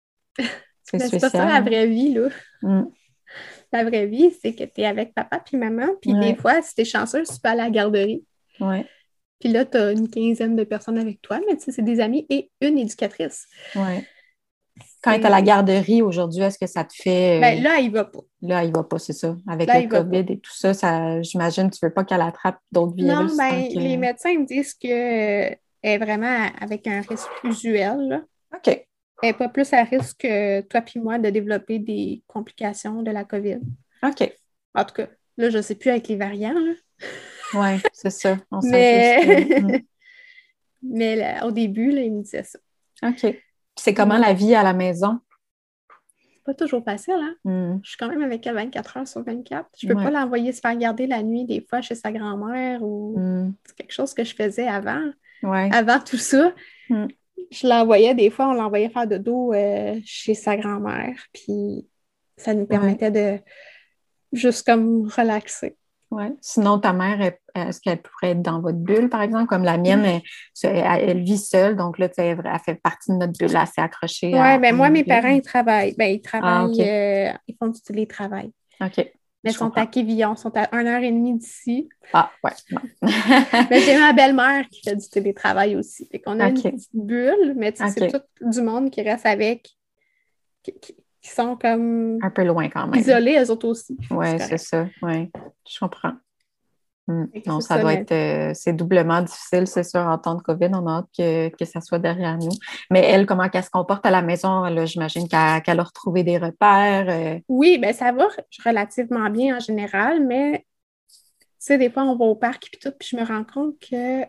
C'est Mais c'est pas ça spécial. la Hein? vraie vie, là. Mm. La vraie vie, c'est que tu es avec papa puis maman, puis des Ouais. fois, si tu es chanceuse, tu peux aller à la garderie. Ouais. Puis là, tu as une quinzaine de personnes avec toi, mais tu sais, c'est des amis et une éducatrice. Ouais. Quand tu C'est... es à la garderie aujourd'hui, est-ce que ça te fait. Ben euh, là, il va pas. Là, il va pas, c'est ça. Avec Là, le il va COVID pas. et tout ça, ça j'imagine que tu veux pas qu'elle attrape d'autres Non, virus tant ben, que. les médecins me disent qu'elle est vraiment avec un risque usuel, là. OK. Elle n'est pas plus à risque que toi puis moi de développer des complications de la COVID. OK. En tout cas, là, je ne sais plus avec les variants, là. Oui, c'est ça. On s'ajuste. Mm. Mais, mais là, au début, là, il me disait ça. OK. Puis c'est comment la vie à la maison? C'est pas toujours facile, hein? Mm. Je suis quand même avec elle vingt-quatre heures sur vingt-quatre. Je peux Ouais. pas l'envoyer se faire garder la nuit des fois chez sa grand-mère ou Mm. c'est quelque chose que je faisais avant. Ouais. Avant tout ça, Mm. je l'envoyais, des fois, on l'envoyait faire dodo euh, chez sa grand-mère. Puis ça nous permettait de juste comme relaxer. Ouais. Sinon, ta mère, elle- est-ce qu'elle pourrait être dans votre bulle, par exemple? Comme la mienne, elle, elle- elle vit seule, donc là, tu sais, elle elle fait partie de notre bulle, elle s'est accrochée Oui, à, ben à moi, notre mes bulle. parents, ils travaillent. Ben, ils Ah, travaillent, OK. euh, ils font du télétravail. OK. Mais ils Je sont comprends. à Quévillon, ils sont à une heure et demie d'ici. Ah, ouais. Non. Mais j'ai ma belle-mère qui fait du télétravail aussi. Fait qu'on a OK. une petite bulle, mais tu sais, c'est OK. tout du monde qui reste avec, qui, qui- qui sont comme Un peu loin quand même. isolés, eux autres aussi. Oui, C'est c'est correct. ça. Oui, je comprends. Mm. Fait que Non, c'est ça ça, doit mais- être, euh, c'est doublement difficile, c'est sûr, en temps de COVID. On a hâte que, que ça soit derrière nous. Mais elle, comment qu'elle se comporte à la maison? Là, j'imagine qu'elle, qu'elle a retrouvé des repères. euh, Oui, ben ça va relativement bien en général, mais tu sais, des fois, on va au parc et tout, puis je me rends compte que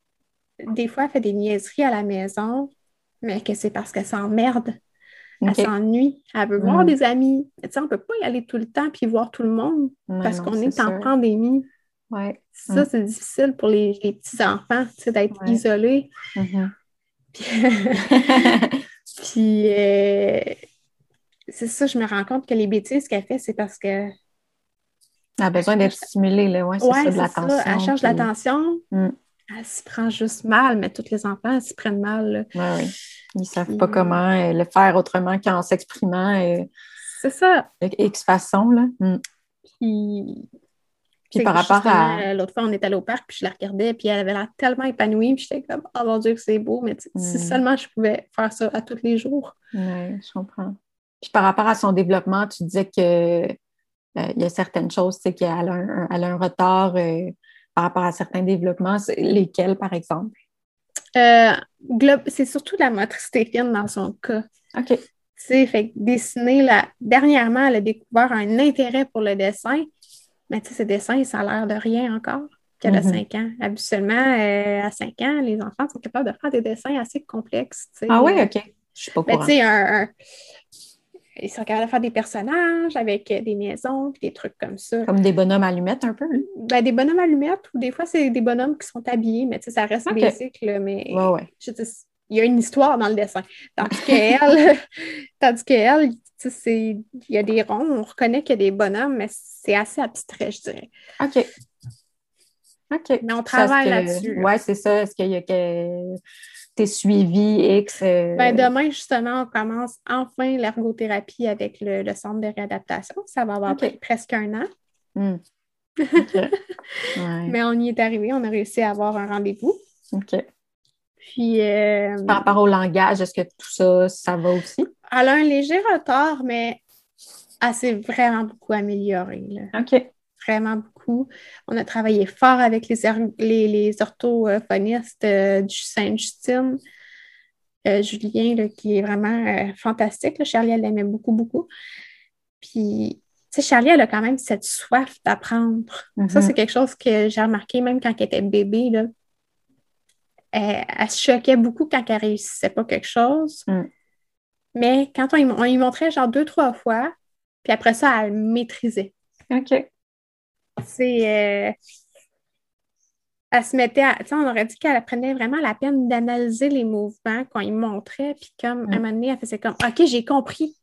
des fois, elle fait des niaiseries à la maison, mais que c'est parce qu'elle s'emmerde. Elle OK. s'ennuie. Elle veut Mm. voir des amis. Mais tu sais, on ne peut pas y aller tout le temps puis voir tout le monde Ouais, parce non, qu'on c'est est en sûr. pandémie. Ouais. Ça, Mm. c'est difficile pour les, les petits-enfants, tu sais, d'être Ouais. isolés. Mhm. Puis, euh, c'est ça, je me rends compte que les bêtises qu'elle fait, c'est parce que, Elle a besoin d'être stimulée, là. Ouais, c'est ouais, ça, de c'est ça, elle l'attention. cherche puis- l'attention, Mm. elle s'y prend juste mal, mais tous les enfants, elles s'y prennent mal, là. Ouais, oui. Ils ne savent Puis- pas comment euh, le faire autrement qu'en s'exprimant euh, C'est ça. de X façon, là. Mm. Puis, Puis c'est par que rapport justement, à... euh, l'autre fois, on est allé au parc, puis je la regardais, puis elle avait l'air tellement épanouie, puis j'étais comme, oh mon Dieu, que c'est beau, mais tu sais, si Mm. seulement je pouvais faire ça à tous les jours. Oui, je comprends. Puis par rapport à son développement, tu disais que euh, il y a certaines choses, tu sais, qu'elle a un, elle a un retard euh, par rapport à certains développements. C'est lesquels, par exemple? Euh, glo- c'est surtout la motricité fine dans son cas. OK. Tu sais, fait que dessiner, là, dernièrement, elle a découvert un intérêt pour le dessin, mais tu sais, ces dessins, ça a l'air de rien encore qu'elle a Mhm. cinq ans. Habituellement, euh, à cinq ans, les enfants sont capables de faire des dessins assez complexes, tu sais. Ah oui, Euh, OK. Je suis pas au ben, courant. tu sais, un, un- ils sont capables de faire des personnages avec euh, des maisons puis des trucs comme ça. Comme des bonhommes allumettes un peu, là. Ben, des bonhommes allumettes ou des fois, c'est des bonhommes qui sont habillés, mais tu sais, ça reste OK. basic, là, mais Ouais, ouais. je veux dire, il y a une histoire dans le dessin. Tandis qu'elle, tandis qu'elle, tu sais, c'est- il y a des ronds, on reconnaît qu'il y a des bonhommes, mais c'est assez abstrait, je dirais. OK. OK. Mais on Ça, est-ce travaille que... là-dessus. Ouais, c'est ça. Est-ce qu'il y a que tes suivis X? euh, Ben, demain, justement, on commence enfin l'ergothérapie avec le, le centre de réadaptation. Ça va avoir pris OK. presque un an. Hmm. OK. Ouais. Mais on y est arrivé. On a réussi à avoir un rendez-vous. OK. Puis, euh, Par rapport au langage, est-ce que tout ça, ça va aussi? elle a un léger retard, mais elle s'est vraiment beaucoup améliorée, là. OK. Vraiment beaucoup. On a travaillé fort avec les, er- les, les orthophonistes euh, du Sainte-Justine. Euh, Julien, là, qui est vraiment euh, fantastique. Là. Charlie, elle l'aimait beaucoup, beaucoup. Puis, tu sais, Charlie, elle a quand même cette soif d'apprendre. Ça, c'est Mhm. quelque chose que j'ai remarqué même quand elle était bébé, là. Elle, elle se choquait beaucoup quand elle réussissait pas quelque chose. Mm. Mais quand on, y- on lui montrait genre deux, trois fois, puis après ça, elle maîtrisait. OK. C'est... euh, elle se mettait à... Tu sais, on aurait dit qu'elle prenait vraiment la peine d'analyser les mouvements qu'on lui montrait, puis comme, à un Mm. moment donné, elle faisait comme « OK, j'ai compris.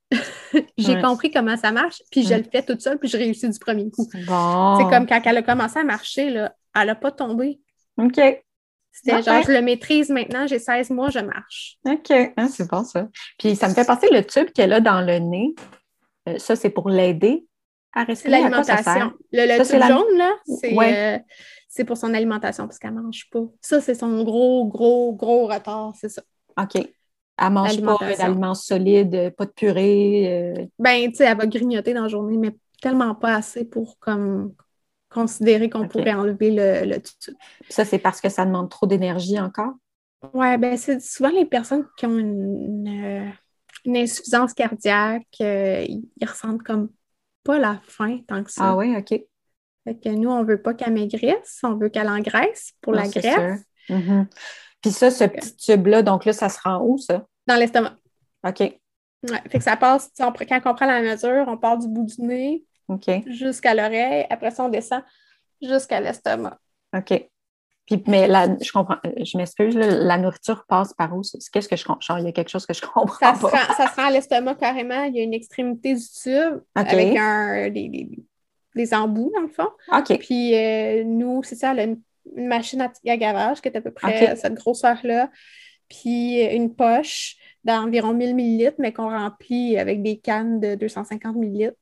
J'ai Ouais. compris comment ça marche, puis je Mm. le fais toute seule, puis je réussis du premier coup. » C'est Bon. comme quand elle a commencé à marcher, là, elle n'a pas tombé. OK. C'était Ah, genre, ouais. je le maîtrise maintenant, j'ai seize mois, je marche. OK. Ah, c'est bon, ça. Puis, ça me fait penser, le tube qu'elle a dans le nez, euh, ça, c'est pour l'aider à C'est respirer. À quoi ça sert? l'alimentation. Le, le Ça, c'est tube la... jaune, là, c'est Ouais. euh, c'est pour son alimentation, parce qu'elle ne mange pas. Ça, c'est son gros, gros, gros retard, c'est ça, OK. Elle mange pas euh, l'alimentation. d'aliments solides, euh, pas de purée. euh, Ben, tu sais, elle va grignoter dans la journée, mais tellement pas assez pour comme considérer qu'on OK. pourrait Puis enlever le, le tube. ça, c'est parce que ça demande trop d'énergie encore? Ouais, ben c'est souvent les personnes qui ont une, une, une insuffisance cardiaque, euh, ils ils ressentent comme pas la faim tant que Ah ça. oui, OK. Fait que nous, on veut pas qu'elle maigrisse, on veut qu'elle engraisse pour Non, la c'est greffe sûr. Mhm. Puis ça, ce Fait que petit tube-là, donc là, ça se rend où, ça? dans l'estomac. OK. Ouais, fait que ça passe, tu sais, on- quand on prend la mesure, on part du bout du nez OK. jusqu'à l'oreille, après ça, on descend jusqu'à l'estomac. OK. Puis, mais la, je comprends, je m'excuse, là, la nourriture passe par où? C'est- Qu'est-ce que je comprends? Genre, il y a quelque chose que je comprends Ça se pas. rend, ça se rend à l'estomac carrément. Il y a une extrémité du tube avec OK. un, des, des- des embouts, dans le fond. OK. Puis euh, nous, c'est ça, elle a une, une machine à, à gavage qui est à peu près OK. cette grosseur-là. Puis euh, une poche d'environ mille millilitres, mais qu'on remplit avec des cannes de deux cent cinquante millilitres.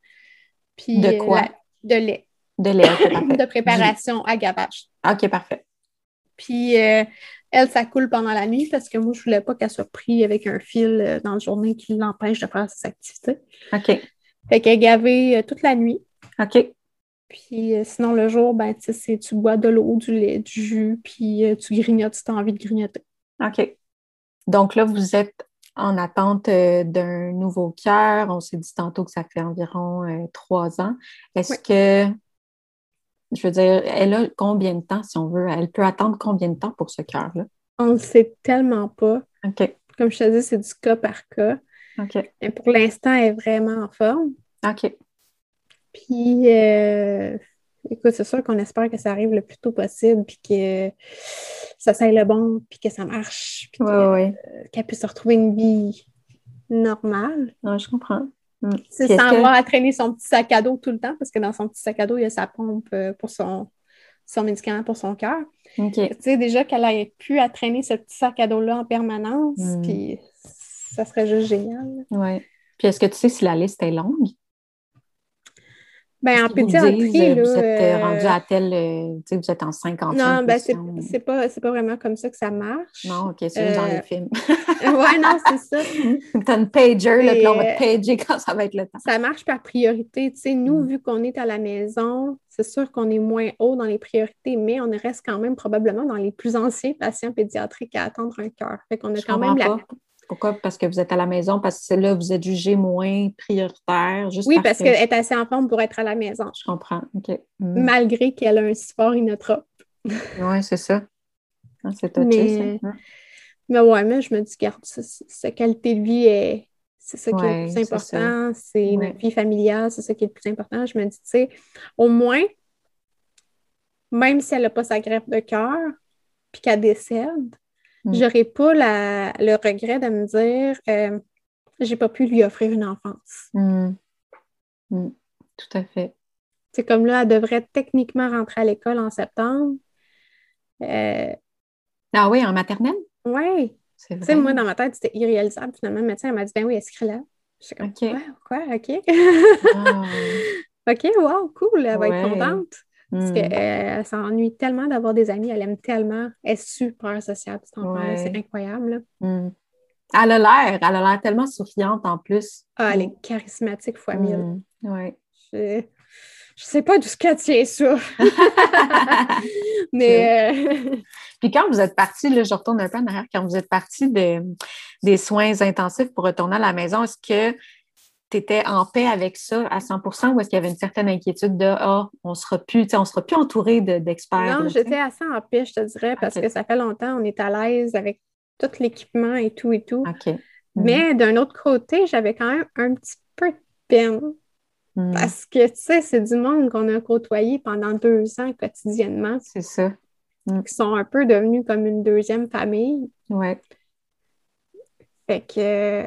De Puis euh, la- quoi? de lait De lait. OK, parfait. de Du... préparation à gavage. OK, parfait. Puis euh, elle, ça coule pendant la nuit parce que moi, je voulais pas qu'elle soit prise avec un fil euh, dans la journée qui l'empêche de faire ses activités. OK. Fait qu'elle est gavée euh, toute la nuit. OK. Puis euh, sinon, le jour, ben, tu sais, c'est- tu bois de l'eau, du lait, du jus, puis euh, tu grignotes si tu as envie de grignoter. OK. Donc là, vous êtes en attente euh, d'un nouveau cœur. On s'est dit tantôt que ça fait environ euh, trois ans. Est-ce Oui. que, je veux dire, elle a combien de temps, si on veut? Elle peut attendre combien de temps pour ce cœur-là? On ne sait tellement pas. OK. Comme je te dis, c'est du cas par cas. OK. Mais pour l'instant, elle est vraiment en forme. OK. Puis, euh, écoute, c'est sûr qu'on espère que ça arrive le plus tôt possible, puis que ça s'aille le bon, puis que ça marche, puis Oui, que, oui, oui. euh, qu'elle puisse retrouver une vie normale. Non, je comprends. Mm. C'est Puis est-ce sans que... avoir à traîner son petit sac à dos tout le temps, parce que dans son petit sac à dos, il y a sa pompe euh, pour son, son médicament pour son cœur. OK. Tu sais, déjà qu'elle ait pu à traîner ce petit sac à dos-là en permanence, Mm. puis ça serait juste génial. Oui. Puis est-ce que tu sais si la liste est longue? Ben, Est-ce en qu'ils vous le disent, pédiatrie, euh, là, vous êtes euh, rendu euh, à tel, euh, tu sais, vous êtes en cinquantième non, ben, c'est, position? c'est pas, c'est pas vraiment comme ça que ça marche. Non, OK, c'est juste dans Euh, les films. ouais, non, c'est ça. T'as une pager, là, puis là, on va te C'est, euh, pager quand ça va être le temps. ça marche par priorité. Tu sais, nous, Mm. vu qu'on est à la maison, c'est sûr qu'on est moins haut dans les priorités, mais on reste quand même probablement dans les plus anciens patients pédiatriques à attendre un cœur. Fait qu'on a Je quand comprends même la... pas. Pourquoi? Parce que vous êtes à la maison, parce que c'est là, vous êtes jugé moins prioritaire, juste Oui, parce parce que... qu'elle est assez en forme pour être à la maison, Je comprends. OK. Mm. malgré qu'elle a un si fort inotrope. Oui, c'est ça. Ah, c'est touché, ça. Mais, Mm. mais ouais, mais je me dis, garde, sa, sa qualité de vie est... C'est ça qui est le Oui, plus c'est ça. important, c'est Ouais. notre vie familiale, c'est ça qui est le plus important. Je me dis, tu sais, au moins, même si elle n'a pas sa greffe de cœur, puis qu'elle décède, Mm. j'aurais pas la, le regret de me dire, euh, j'ai pas pu lui offrir une enfance. Mm. Mm. Tout à fait. C'est comme là, elle devrait techniquement rentrer à l'école en septembre. Euh, Ah oui, en maternelle? ouais. C'est Tu sais, vrai. moi, dans ma tête, c'était irréalisable. Finalement, le médecin elle m'a dit, ben oui, inscris-la. J'étais comme, OK. ouais, quoi, OK. Ah, OK, wow, cool, elle va être ouais. contente. Parce Hmm. qu'elle s'ennuie tellement d'avoir des amis, elle aime tellement, elle est super sociable, cet enfant-là, c'est Ouais. incroyable, là. Hmm. Elle a l'air, elle a l'air tellement souriante en plus. Ah, elle Hmm. est charismatique fois mille. Hmm. Ouais. Je, je sais pas d'où ce qu'elle tient ça. Cute. Mais euh, Puis quand vous êtes parti, là, je retourne un peu en arrière, quand vous êtes parti de, des soins intensifs pour retourner à la maison, est-ce que tu étais en paix avec ça à cent pour cent ou est-ce qu'il y avait une certaine inquiétude de ah, on sera plus, tu sais, on sera plus entouré de- d'experts, non, là, tu j'étais sais? assez en paix, je te dirais, parce que OK. ça fait longtemps, on est à l'aise avec tout l'équipement et tout et tout. OK. Hmm. Mais d'un autre côté, j'avais quand même un petit peu de peine. Hmm. Parce que, tu sais, c'est du monde qu'on a côtoyé pendant deux ans quotidiennement, C'est ça. Hmm. qui sont un peu devenus comme une deuxième famille. Ouais. Fait que,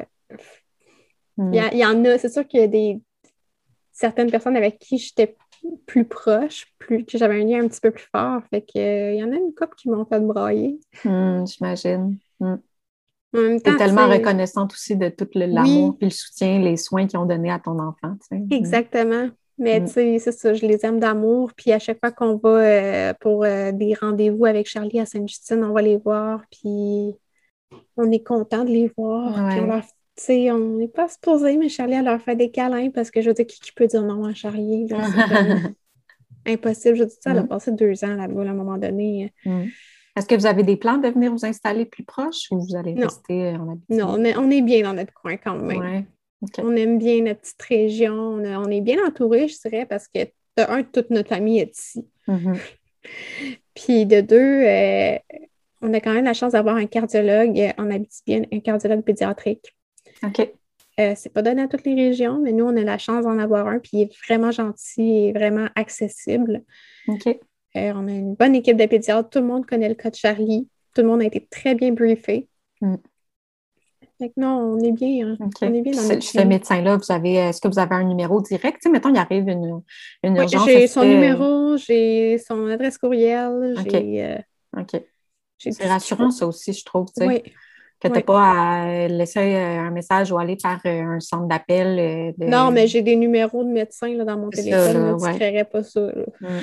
il y, Hmm. a- il y en a, c'est sûr qu'il y a des certaines personnes avec qui j'étais plus proche, plus, que j'avais un lien un petit peu plus fort. Fait que, euh, il y en a une couple qui m'ont fait brailler. Hmm, j'imagine. Hmm. En même Tu es temps, tu tellement sais, reconnaissante aussi de tout le- l'amour, oui, puis le soutien, les soins qu'ils ont donnés à ton enfant, tu sais. Hmm. exactement. Mais Hmm. tu sais, c'est ça, je les aime d'amour. Puis à chaque fois qu'on va euh, pour euh, des rendez-vous avec Charlie à Sainte-Justine, on va les voir. Puis on est content de les voir. Puis on Ouais. leur, tu sais, on n'est pas supposé, mais Charlie, elle leur fait des câlins parce que je veux dire, qui, qui peut dire non à Charlie? Là? C'est comme impossible. Je dis ça, elle a Hmm. passé deux ans là-bas à un moment donné. Hmm. Est-ce que vous avez des plans de venir vous installer plus proche ou vous allez Non, rester en non, Abitibi? on est, on est bien dans notre coin quand même. Ouais. OK. On aime bien notre petite région. On, a- on est bien entouré, je dirais, parce que de un, toute notre famille est ici. Mhm. Puis de deux, euh, on a quand même la chance d'avoir un cardiologue euh, en Abitibi, un cardiologue pédiatrique. OK. Euh, c'est pas donné à toutes les régions, mais nous, on a la chance d'en avoir un, puis il est vraiment gentil et vraiment accessible. OK. Euh, on a une bonne équipe de pédiatres. Tout le monde connaît le cas de Charlie. Tout le monde a été très bien briefé. Hmm. Fait que non, on est bien, hein. OK. On est bien Puis dans ce, notre ce vie. médecin-là, vous avez, est-ce que vous avez un numéro direct? Tu sais, mettons, il arrive une, une Oui, urgence, j'ai est-ce son que. numéro, j'ai son adresse courriel, OK. j'ai euh, OK. j'ai C'est tout ce qu'il rassurant, faut. ça aussi, je trouve, tu sais. Oui, Que tu n'as oui. pas à laisser euh, un message ou aller par euh, un centre d'appel euh, Non, de. mais j'ai des numéros de médecins là, dans mon C'est ça, téléphone, là, là, tu ne ouais. créerais pas ça. Là. Hmm.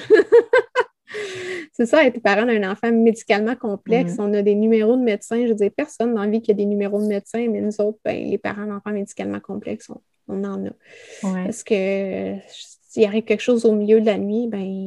C'est ça, être parent d'un enfant médicalement complexe, Hmm. on a des numéros de médecins. Je veux dire, personne n'a envie qu'il y ait des numéros de médecins, mais nous autres, ben, les parents d'enfants médicalement complexes, on, on en a. Ouais. Parce que euh, s'il arrive quelque chose au milieu de la nuit, ben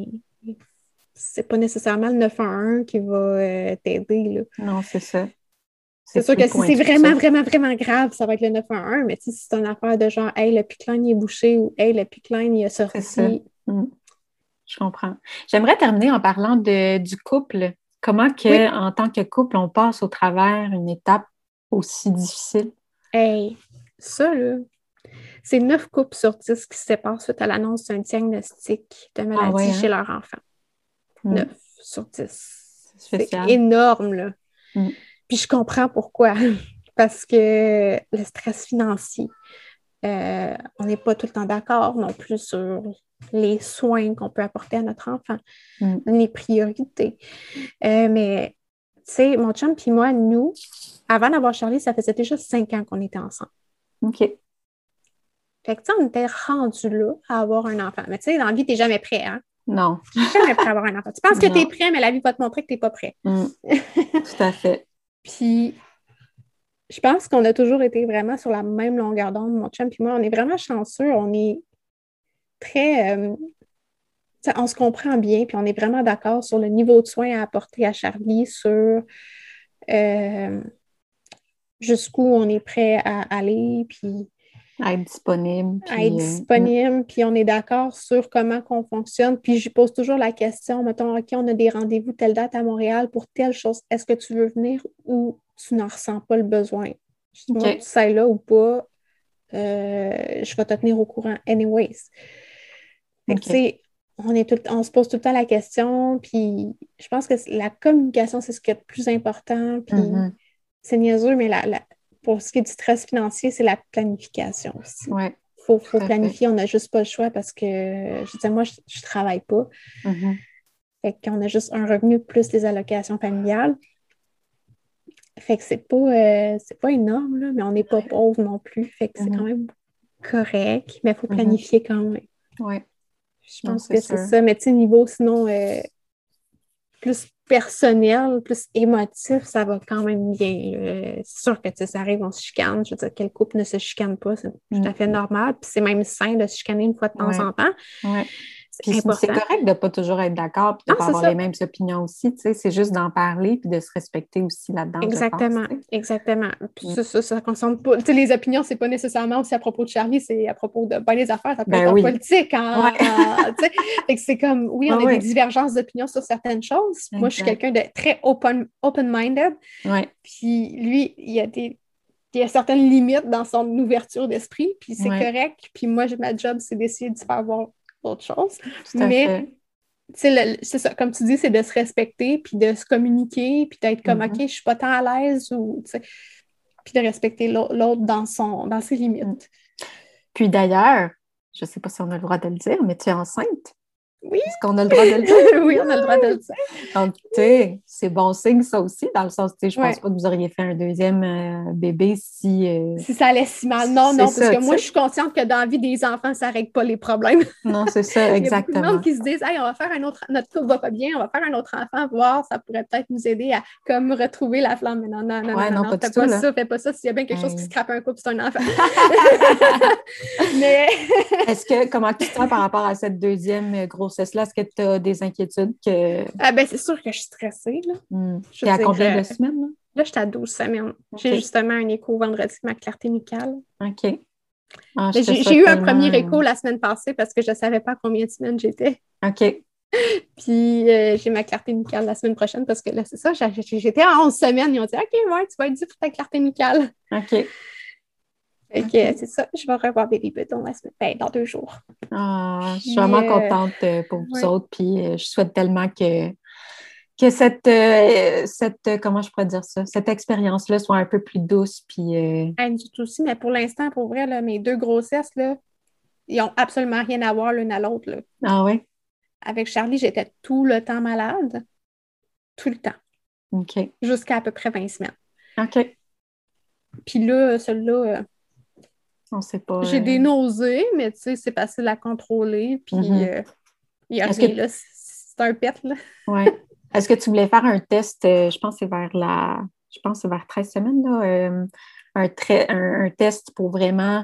c'est pas nécessairement le neuf un un qui va euh, t'aider. Là. Non, c'est ça. C'est C'est sûr plus que si c'est pointu que vraiment, ça. vraiment, vraiment grave, ça va être le neuf un un, mais si c'est une affaire de genre, hey, le pipeline il est bouché ou hey, le pipeline il est C'est ça. sorti. Hmm. Je comprends. J'aimerais terminer en parlant de, du couple. Comment Oui, que, en tant que couple, on passe au travers une étape aussi difficile? hey, ça, là, c'est neuf couples sur dix qui se séparent suite à l'annonce d'un diagnostic de Ah ouais, maladie chez hein? leur enfant. Hmm. Neuf sur dix. C'est C'est spécial. énorme, là. Hmm. Puis je comprends pourquoi. Parce que le stress financier, euh, on n'est pas tout le temps d'accord non plus sur les soins qu'on peut apporter à notre enfant, Hmm. les priorités. Euh, mais, tu sais, mon chum puis moi, nous, avant d'avoir Charlie, ça faisait déjà cinq ans qu'on était ensemble. OK. Fait que, tu sais, on était rendu là à avoir un enfant. Mais tu sais, dans la vie, tu n'es jamais prêt, hein? Non. Jamais prêt à avoir un enfant. Tu penses que tu es Non. prêt, mais la vie va te montrer que tu n'es pas prêt. Hmm. Tout à fait. Puis, je pense qu'on a toujours été vraiment sur la même longueur d'onde, mon chum puis moi. On est vraiment chanceux. On est très... euh, tu sais, on se comprend bien, puis on est vraiment d'accord sur le niveau de soins à apporter à Charlie, sur euh, jusqu'où on est prêt à aller, puis À être disponible. à être Puis, euh, hmm. disponible, puis on est d'accord sur comment qu'on fonctionne. Puis je pose toujours la question, mettons, OK, on a des rendez-vous telle date à Montréal pour telle chose. Est-ce que tu veux venir ou tu n'en ressens pas le besoin? Je dis, moi, OK. tu sais là ou pas, euh, je vais te tenir au courant anyways. Fait que, tu OK. sais, on, est tout, on se pose tout le temps la question, puis je pense que la communication, c'est ce qui est le plus important, puis Mhm. c'est niaiseux, mais la, la, pour ce qui est du stress financier, c'est la planification aussi. Ouais, Il faut, tout faut à fait. planifier, on n'a juste pas le choix parce que, je disais, moi, je ne travaille pas. Mhm. Fait qu'on a juste un revenu plus les allocations familiales. Fait que c'est pas, euh, c'est pas énorme, là, mais on n'est pas pauvre non plus. Fait que c'est Mhm. quand même correct, mais il faut Mhm. planifier quand même. Oui. Je Non, pense c'est que c'est sûr. ça. Mais tu sais, niveau sinon euh, plus personnel, plus émotif, ça va quand même bien. Euh, c'est sûr que tu sais, ça arrive, on se chicane. Je veux dire, quel couple ne se chicane pas? C'est Mm. tout à fait normal. Puis c'est même sain de se chicaner une fois de temps Ouais. en temps. Ouais. C'est Puis c'est c'est important. correct de ne pas toujours être d'accord puis de ne Non, pas c'est avoir ça. les mêmes opinions aussi, tu sais. C'est juste d'en parler puis de se respecter aussi là-dedans, je pense. Exactement, tu sais. exactement. Puis Mm. ça, ça, ça concerne pas. Tu sais, les opinions, c'est pas nécessairement aussi à propos de Charlie, c'est à propos de ben, les affaires, ça peut Ben être en oui. politique, en, Ouais. en- tu sais. Fait que c'est comme, oui, on Ouais, a des ouais. divergences d'opinions sur certaines choses. Moi, je suis Exact. quelqu'un de très open, open-minded. Ouais. Puis lui, il y a des. Il y a certaines limites dans son ouverture d'esprit, puis c'est Ouais. correct. Puis moi, ma job, c'est d'essayer de faire voir autre chose. Tout à Mais fait. tu sais, le- c'est ça, comme tu dis, c'est de se respecter, puis de se communiquer, puis d'être comme, Mhm. OK, je suis pas tant à l'aise, ou, tu sais, puis de respecter l'au- l'autre dans son, dans ses Mm. limites. Puis d'ailleurs, je ne sais pas si on a le droit de le dire, mais tu es enceinte. Oui, Est-ce qu'on a le droit de le dire? oui, on a le droit de le dire. Donc, tu sais, c'est bon signe, ça aussi, dans le sens, tu sais, je pense Ouais. pas que vous auriez fait un deuxième euh, bébé si... euh, Si ça allait si mal. Non, c'est non, parce ça, que tu moi, je sais. suis consciente que dans la vie des enfants, ça règle pas les problèmes. Non, c'est ça, Il y a beaucoup de monde exactement. qui se disent, hey, on va faire un autre, notre couple va pas bien, on va faire un autre enfant, voir, ça pourrait peut-être nous aider à comme retrouver la flamme. Mais non, non, non, Ouais, non, non, non, pas fais du tout, pas là. ça, fais pas ça. S'il y a bien quelque chose qui Hey. scrape un couple, c'est un enfant. Mais Est-ce que, comment tu te sens par rapport à cette deuxième grossesse-là? Est-ce que tu as des inquiétudes que... ah ben, c'est sûr que je suis stressée, là. Hmm. Je T'es veux à dire, combien de euh, semaines, là? là, je suis à douze semaines. J'ai OK. justement un écho vendredi, ma clarté nucale. OK. Ah, je Mais te j'ai j'ai souhaite eu un tellement... premier écho la semaine passée parce que je ne savais pas combien de semaines j'étais. OK. Puis euh, j'ai ma clarté nucale la semaine prochaine parce que là, c'est ça, j'ai- j'étais à onze semaines. Ils ont dit OK, ouais, tu vas être due pour ta clarté nucale. OK. Fait OK. que euh, c'est ça, je vais revoir Baby Button la semaine, ben, dans deux jours. Ah, je suis Puis, vraiment euh, contente euh, pour vous ouais. autres. Puis euh, je souhaite tellement que, que cette, euh, cette, euh, comment je pourrais dire ça, cette expérience-là soit un peu plus douce. Puis, euh, Hey, nous autres aussi, mais pour l'instant, pour vrai, là, mes deux grossesses, là, ils n'ont absolument rien à voir l'une à l'autre, là. ah ouais? Avec Charlie, j'étais tout le temps malade, tout le temps, OK. jusqu'à à peu près vingt semaines. OK. Puis là, celui-là, euh, On sait pas. j'ai euh, des nausées, mais tu sais, c'est facile à contrôler. Puis mhm. euh, il n'y a Est-ce rien, que, là. C'est c'est un pet, là. ouais. Est-ce que tu voulais faire un test, euh, je pense que c'est vers la, je pense que c'est vers treize semaines, là, euh, un, trai- un, un test pour vraiment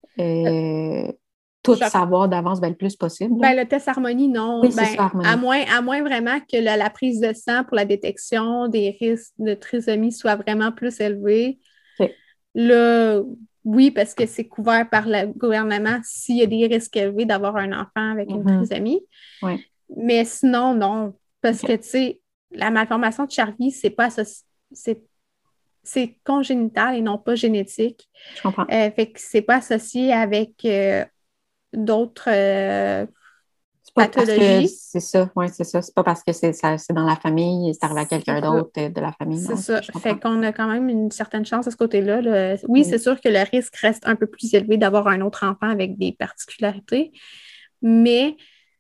euh, tout Genre, savoir d'avance ben, le plus possible, là? ben, le test harmonie, non. Oui, c'est Ben, ça, à Harmonie. moins, à moins vraiment que la, la prise de sang pour la détection des risques de trisomie soit vraiment plus élevée. OK. Là, oui, parce que c'est couvert par le gouvernement s'il y a des risques élevés d'avoir un enfant avec une Mhm. trisomie. Ouais. Mais sinon, non. Parce OK. que, tu sais, la malformation de Charlie, c'est pas associ- c'est c'est congénital et non pas génétique. Je comprends. Euh, fait que c'est pas associé avec euh, d'autres euh, C'est pas parce que pathologies. c'est ça, oui, c'est ça. C'est pas parce que c'est ça, c'est dans la famille, c'est arrivé à quelqu'un C'est ça. d'autre euh, de la famille, C'est non? ça. Je comprends. Fait qu'on a quand même une certaine chance de ce côté-là. là. Oui, Oui. c'est sûr que le risque reste un peu plus élevé d'avoir un autre enfant avec des particularités, mais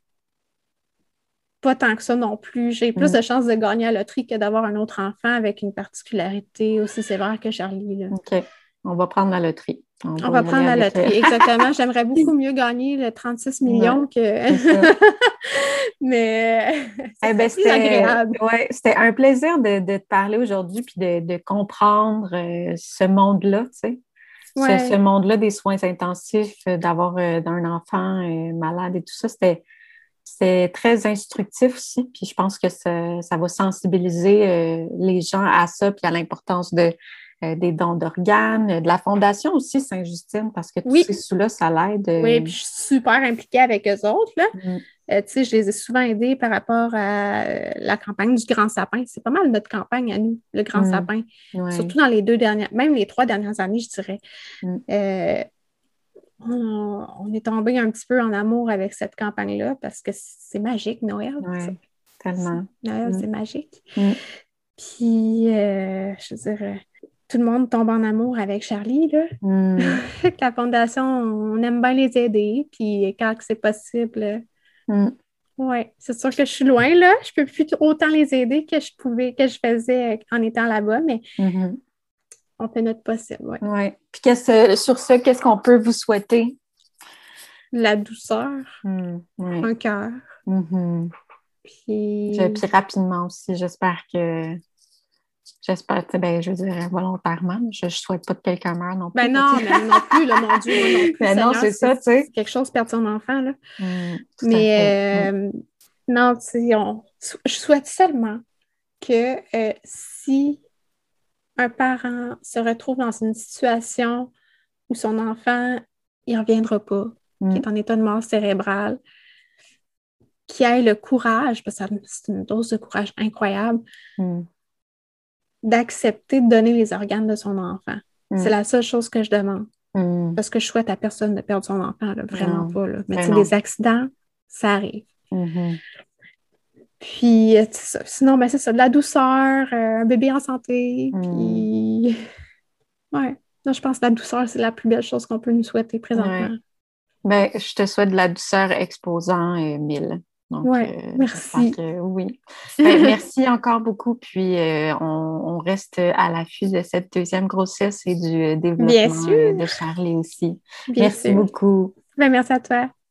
pas tant que ça non plus. J'ai plus Mm. de chances de gagner à la loterie que d'avoir un autre enfant avec une particularité aussi sévère que Charlie. Là. OK. On va prendre la loterie. On On va va y aller prendre la avec... euh, loterie, exactement. J'aimerais beaucoup mieux gagner le trente-six Ouais, millions c'est que. ça. Mais ce Eh ben, serait plus c'était agréable. ouais, c'était un plaisir de, de te parler aujourd'hui puis de, de comprendre euh, ce monde-là, tu sais. Ce, ce Ouais. monde-là des soins intensifs, euh, d'avoir euh, un enfant euh, malade et tout ça, c'était, c'était très instructif aussi. Puis je pense que ça, ça va sensibiliser euh, les gens à ça puis à l'importance de, euh, des dons d'organes, de la fondation aussi Sainte-Justine, parce que tous Oui, ces sous-là, ça l'aide. oui, euh, puis je suis super impliquée avec eux autres, là. mm, Euh, tu sais, je les ai souvent aidés par rapport à euh, la campagne du Grand Sapin. C'est pas mal notre campagne à nous, le Grand mm, Sapin. ouais, Surtout dans les deux dernières, même les trois dernières années, je dirais. mm, Euh, on, on est tombé un petit peu en amour avec cette campagne-là parce que c'est magique, Noël. ça. ouais, tellement. Noël, Mm, c'est magique. mm, Puis, euh, je veux dire, euh, tout le monde tombe en amour avec Charlie, là. mm, Fait que la fondation, on aime bien les aider. Puis, quand c'est possible, mm. Oui, c'est sûr que je suis loin, là. Je peux plus autant les aider que je pouvais, que je faisais en étant là-bas, mais Mm-hmm. on fait notre possible, oui. Oui. Puis qu'est-ce, sur ce, qu'est-ce qu'on peut vous souhaiter? La douceur, Mm, oui. un cœur. Mm-hmm. Puis... Je, puis rapidement aussi, j'espère que j'espère, ben, je veux dire volontairement, je ne souhaite pas que quelqu'un meure non plus. Ben non, mais non plus, là, mon Dieu, moi non plus. Ben non, Seigneur, c'est ça, tu sais. c'est quelque chose perdre son enfant, là. Mm, tout à fait. Mais Mm. euh, non, tu sais, on- je souhaite seulement que euh, si un parent se retrouve dans une situation où son enfant, il ne reviendra pas, qui Mm. est en état de mort cérébrale, qui ait le courage, parce que ça- c'est une dose de courage incroyable, Mm. d'accepter de donner les organes de son enfant. Mm. C'est la seule chose que je demande. Mm. Parce que je souhaite à personne de perdre son enfant, là, vraiment Non, pas. Là. Mais ben tu sais, non. des accidents, ça arrive. Mm-hmm. Puis, euh, c'est ça. Sinon, ben, c'est ça, de la douceur, euh, un bébé en santé, Mm. puis... Ouais. Non, je pense que la douceur, c'est la plus belle chose qu'on peut nous souhaiter présentement. Ouais. Ben, je te souhaite de la douceur exposant euh, mille. Donc, Ouais, euh, merci. j'espère que oui. Ben, merci encore beaucoup. Puis, euh, on, on reste à l'affût de cette deuxième grossesse et du Bien développement sûr. euh, de Charlie aussi. Bien Merci sûr. beaucoup. Ben, merci à toi.